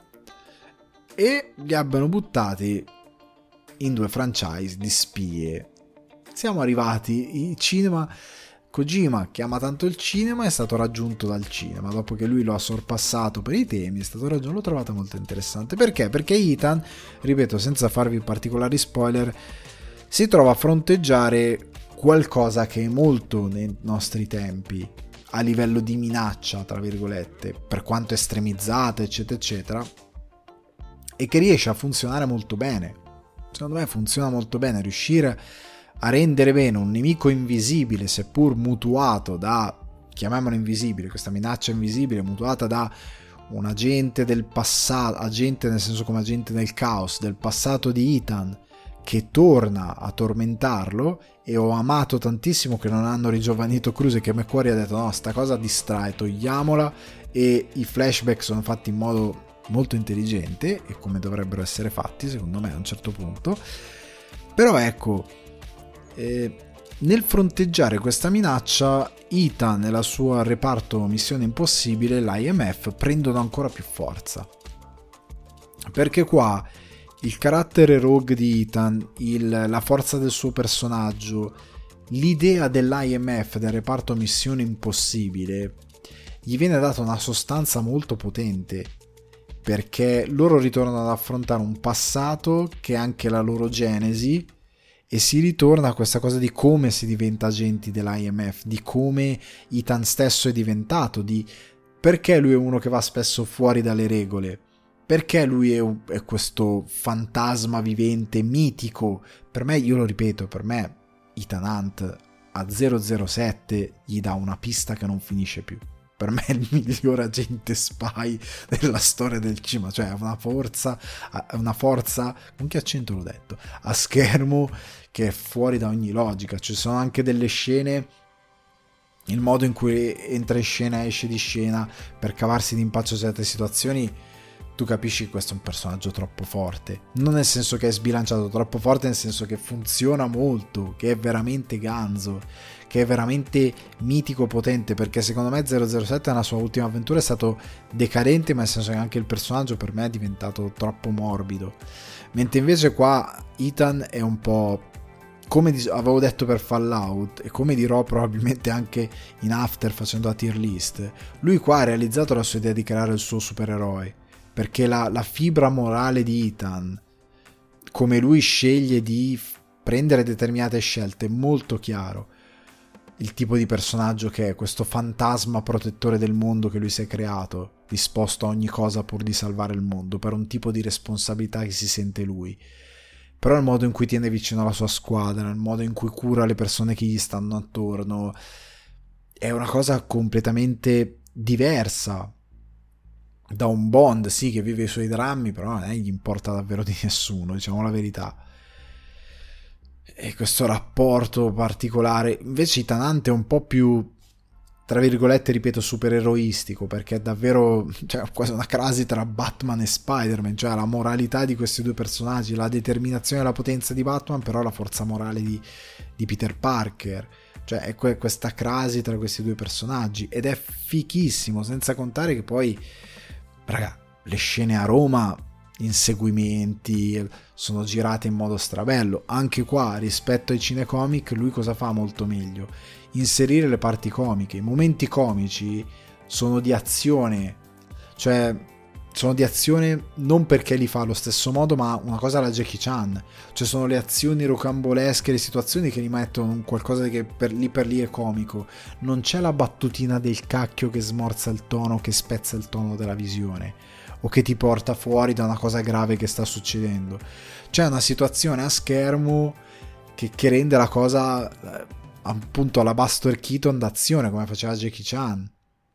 e li abbiano buttati in due franchise di spie. Siamo arrivati, il cinema, Kojima, che ama tanto il cinema, è stato raggiunto dal cinema, dopo che lui lo ha sorpassato per i temi, è stato raggiunto, l'ho trovata molto interessante. Perché? Perché Ethan, ripeto, senza farvi particolari spoiler, si trova a fronteggiare qualcosa che è molto nei nostri tempi a livello di minaccia, tra virgolette, per quanto estremizzata, eccetera eccetera, e che riesce a funzionare molto bene. Secondo me funziona molto bene riuscire a rendere bene un nemico invisibile, seppur mutuato da, chiamiamolo invisibile, questa minaccia invisibile mutuata da un agente del passato, agente nel senso come agente del caos, del passato di Ethan, che torna a tormentarlo. E ho amato tantissimo che non hanno rigiovanito Cruise e che McQuarrie ha detto no, sta cosa distrae, togliamola, e i flashback sono fatti in modo molto intelligente e come dovrebbero essere fatti secondo me a un certo punto. Però ecco, eh, nel fronteggiare questa minaccia Ethan e la sua reparto Missione Impossibile, l'I M F, prendono ancora più forza, perché qua il carattere rogue di Ethan, il, la forza del suo personaggio, l'idea dell'I M F, del reparto Missione Impossibile, gli viene data una sostanza molto potente, perché loro ritornano ad affrontare un passato che è anche la loro genesi, e si ritorna a questa cosa di come si diventa agenti dell'I M F, di come Ethan stesso è diventato, di perché lui è uno che va spesso fuori dalle regole, perché lui è, un, è questo fantasma vivente, mitico. Per me, io lo ripeto, per me Ethan Hunt a zero zero sette gli dà una pista che non finisce più. Per me è il miglior agente spy della storia del cinema, cioè ha una forza, una forza, con che accento l'ho detto, a schermo che è fuori da ogni logica. Ci sono anche delle scene, il modo in cui entra in scena e esce di scena per cavarsi d'impaccio certe situazioni, tu capisci che questo è un personaggio troppo forte, non nel senso che è sbilanciato, troppo forte nel senso che funziona molto, che è veramente ganzo, che è veramente mitico, potente, perché secondo me zero zero sette nella sua ultima avventura è stato decadente, ma nel senso che anche il personaggio per me è diventato troppo morbido, mentre invece qua Ethan è un po', come avevo detto per Fallout e come dirò probabilmente anche in After facendo la tier list, lui qua ha realizzato la sua idea di creare il suo supereroe, perché la, la fibra morale di Ethan, come lui sceglie di f- prendere determinate scelte, è molto chiaro. Il tipo di personaggio che è, questo fantasma protettore del mondo che lui si è creato, disposto a ogni cosa pur di salvare il mondo, per un tipo di responsabilità che si sente lui. Però il modo in cui tiene vicino alla sua squadra, il modo in cui cura le persone che gli stanno attorno, è una cosa completamente diversa da un Bond, sì, che vive i suoi drammi, però non è gli importa davvero di nessuno, diciamo la verità. E questo rapporto particolare, invece Ethan Hunt è un po' più, tra virgolette, ripeto, supereroistico, perché è davvero, cioè, quasi una crasi tra Batman e Spider-Man, cioè la moralità di questi due personaggi, la determinazione e la potenza di Batman, però la forza morale di, di Peter Parker, cioè è que- questa crasi tra questi due personaggi, ed è fichissimo, senza contare che poi, raga, le scene a Roma, inseguimenti, sono girate in modo strabello. Anche qua, rispetto ai cinecomic, lui cosa fa molto meglio? Inserire le parti comiche. I momenti comici sono di azione, cioè sono di azione non perché li fa allo stesso modo, ma una cosa alla Jackie Chan, cioè sono le azioni rocambolesche, le situazioni che li mettono in qualcosa che per lì per lì è comico, non c'è la battutina del cacchio che smorza il tono, che spezza il tono della visione o che ti porta fuori da una cosa grave che sta succedendo. C'è una situazione a schermo che, che rende la cosa eh, appunto alla Buster Keaton d'azione, come faceva Jackie Chan.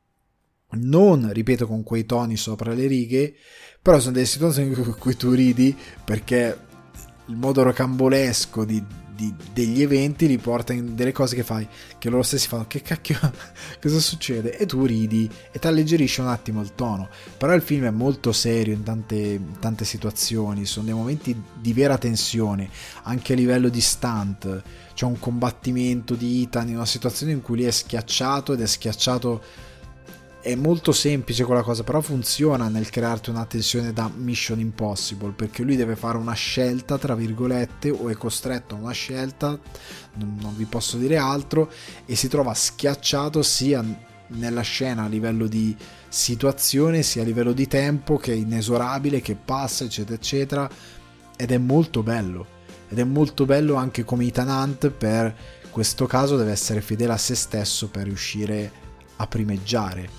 Non, ripeto, con quei toni sopra le righe, però sono delle situazioni in cui tu ridi perché il modo rocambolesco di, di, degli eventi li porta in delle cose che fai, che loro stessi fanno, che cacchio, cosa succede? E tu ridi e ti alleggerisce un attimo il tono. Però il film è molto serio in tante, in tante situazioni, sono dei momenti di vera tensione, anche a livello di stunt. C'è un combattimento di Ethan in una situazione in cui lui è schiacciato ed è schiacciato. È molto semplice quella cosa, però funziona nel crearti una tensione da Mission Impossible, perché lui deve fare una scelta, tra virgolette, o è costretto a una scelta, non, non vi posso dire altro, e si trova schiacciato sia nella scena a livello di situazione, sia a livello di tempo, che è inesorabile, che passa, eccetera, eccetera, ed è molto bello. Ed è molto bello anche come Ethan Hunt, per questo caso, deve essere fedele a se stesso per riuscire a primeggiare.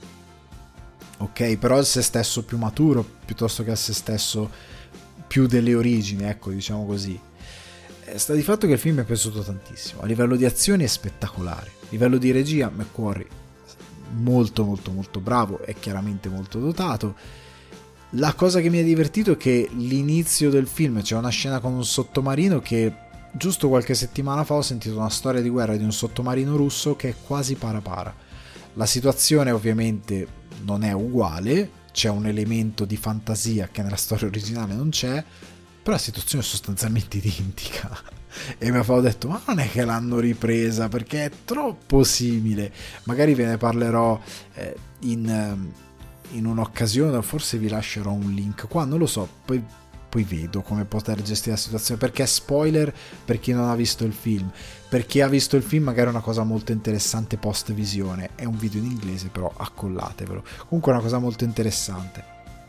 Ok, però il se stesso più maturo piuttosto che a se stesso più delle origini, ecco, diciamo così. Sta di fatto che il film mi è piaciuto tantissimo. A livello di azioni è spettacolare, a livello di regia McQuarrie molto molto molto bravo, è chiaramente molto dotato. La cosa che mi ha divertito è che l'inizio del film c'è una scena con un sottomarino che giusto qualche settimana fa ho sentito una storia di guerra di un sottomarino russo che è quasi para para. La situazione ovviamente non è uguale, c'è un elemento di fantasia che nella storia originale non c'è, però la situazione è sostanzialmente identica. E mi avevo detto, ma non è che l'hanno ripresa, perché è troppo simile. Magari ve ne parlerò eh, in, in un'occasione, forse vi lascerò un link qua, non lo so, poi, poi vedo come poter gestire la situazione, perché è spoiler per chi non ha visto il film. Per chi ha visto il film magari è una cosa molto interessante post visione, è un video in inglese però accollatevelo, comunque è una cosa molto interessante.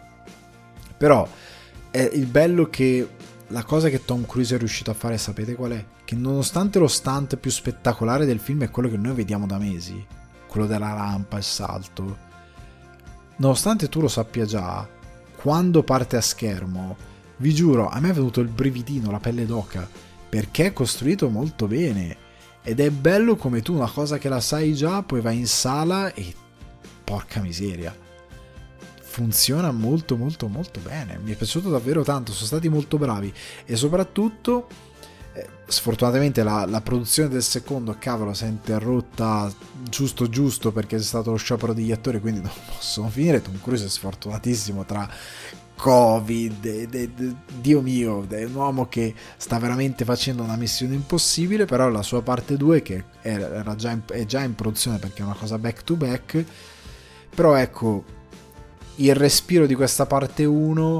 Però è il bello che la cosa che Tom Cruise è riuscito a fare, sapete qual è? Che nonostante lo stunt più spettacolare del film è quello che noi vediamo da mesi, quello della rampa, il salto, nonostante tu lo sappia già, quando parte a schermo, vi giuro, a me è venuto il brividino, la pelle d'oca, perché è costruito molto bene ed è bello come tu una cosa che la sai già poi vai in sala e porca miseria, funziona molto molto molto bene. Mi è piaciuto davvero tanto, sono stati molto bravi e soprattutto eh, sfortunatamente la, la produzione del secondo, cavolo, si è interrotta giusto giusto perché c'è stato lo sciopero degli attori, quindi non possono finire. Tom Cruise è sfortunatissimo tra Covid, de, de, de, Dio mio, è un uomo che sta veramente facendo una missione impossibile, però la sua parte due che era già in, è già in produzione perché è una cosa back to back, però ecco, il respiro di questa parte uno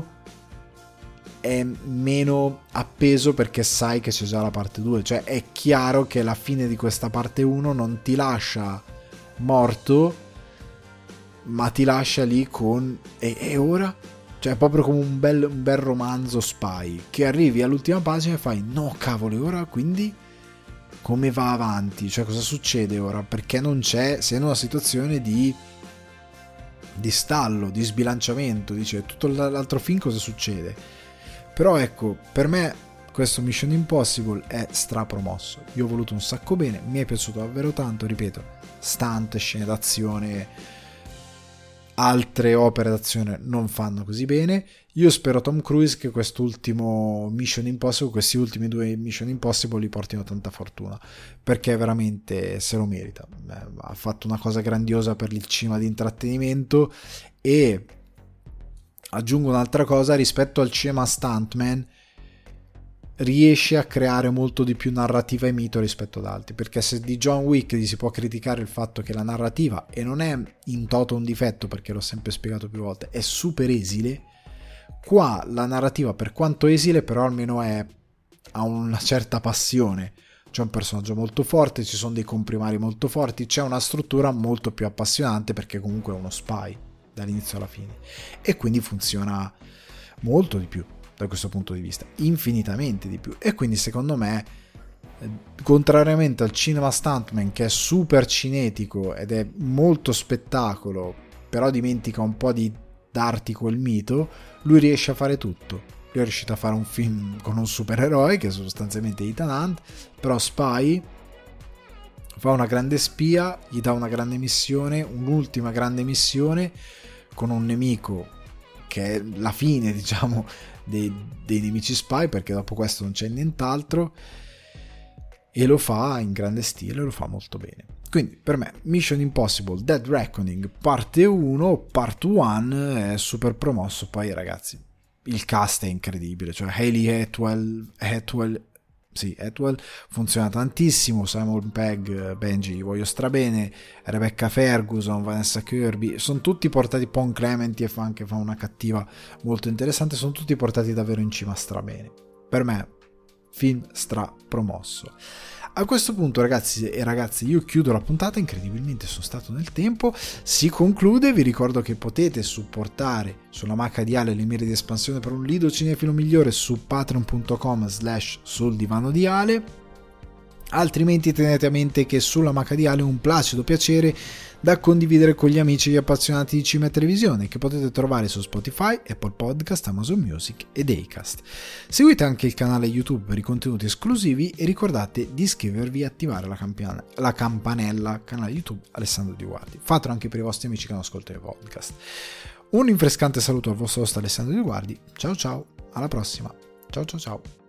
è meno appeso perché sai che c'è già la parte due, cioè è chiaro che la fine di questa parte uno non ti lascia morto, ma ti lascia lì con e, e ora? Cioè è proprio come un bel, un bel romanzo spy, che arrivi all'ultima pagina e fai no cavolo, ora quindi come va avanti, cioè cosa succede ora, perché non c'è, sei in una situazione di di stallo, di sbilanciamento, dice tutto l'altro film cosa succede. Però ecco, per me questo Mission Impossible è strapromosso, io ho voluto un sacco bene, mi è piaciuto davvero tanto, ripeto, stunt, scene d'azione, altre opere d'azione non fanno così bene. Io spero Tom Cruise che quest'ultimo Mission Impossible, questi ultimi due Mission Impossible gli portino tanta fortuna, perché veramente se lo merita. Ha fatto una cosa grandiosa per il cinema di intrattenimento e aggiungo un'altra cosa, rispetto al cinema stuntman riesce a creare molto di più narrativa e mito rispetto ad altri, perché se di John Wick gli si può criticare il fatto che la narrativa, e non è in toto un difetto perché l'ho sempre spiegato più volte, è super esile, qua la narrativa per quanto esile però almeno è, ha una certa passione, c'è un personaggio molto forte, ci sono dei comprimari molto forti, c'è una struttura molto più appassionante perché comunque è uno spy, dall'inizio alla fine, e quindi funziona molto di più da questo punto di vista, infinitamente di più. E quindi secondo me, contrariamente al cinema stuntman, che è super cinetico ed è molto spettacolo, però dimentica un po' di darti quel mito, lui riesce a fare tutto. Lui è riuscito a fare un film con un supereroe che è sostanzialmente Ethan Hunt, però spy, fa una grande spia, gli dà una grande missione, un'ultima grande missione con un nemico che è la fine, diciamo, dei, dei nemici spy, perché dopo questo non c'è nient'altro, e lo fa in grande stile, lo fa molto bene. Quindi per me Mission Impossible Dead Reckoning parte uno, part uno è super promosso. Poi ragazzi, il cast è incredibile, cioè Hayley Atwell, Atwell sì, Atwell funziona tantissimo, Simon Pegg, Benji, voglio strabene, Rebecca Ferguson, Vanessa Kirby, sono tutti portati, Pon Clementi e fa anche fa una cattiva molto interessante, sono tutti portati davvero in cima strabene. Per me film stra promosso. A questo punto ragazzi e ragazze io chiudo la puntata, incredibilmente sono stato nel tempo, si conclude. Vi ricordo che potete supportare sulla Mac di Ale le mire di espansione per un lido cinefilo migliore su patreon punto com slash sul divano di Ale, altrimenti tenete a mente che sulla Mac di Ale è un placido piacere da condividere con gli amici e gli appassionati di cinema e televisione, che potete trovare su Spotify, Apple Podcast, Amazon Music ed Acast. Seguite anche il canale YouTube per i contenuti esclusivi e ricordate di iscrivervi e attivare la, campiana, la campanella, canale YouTube Alessandro Di Guardi. Fatelo anche per i vostri amici che non ascoltano i podcast. Un rinfrescante saluto al vostro host Alessandro Di Guardi, ciao ciao, alla prossima, ciao ciao ciao.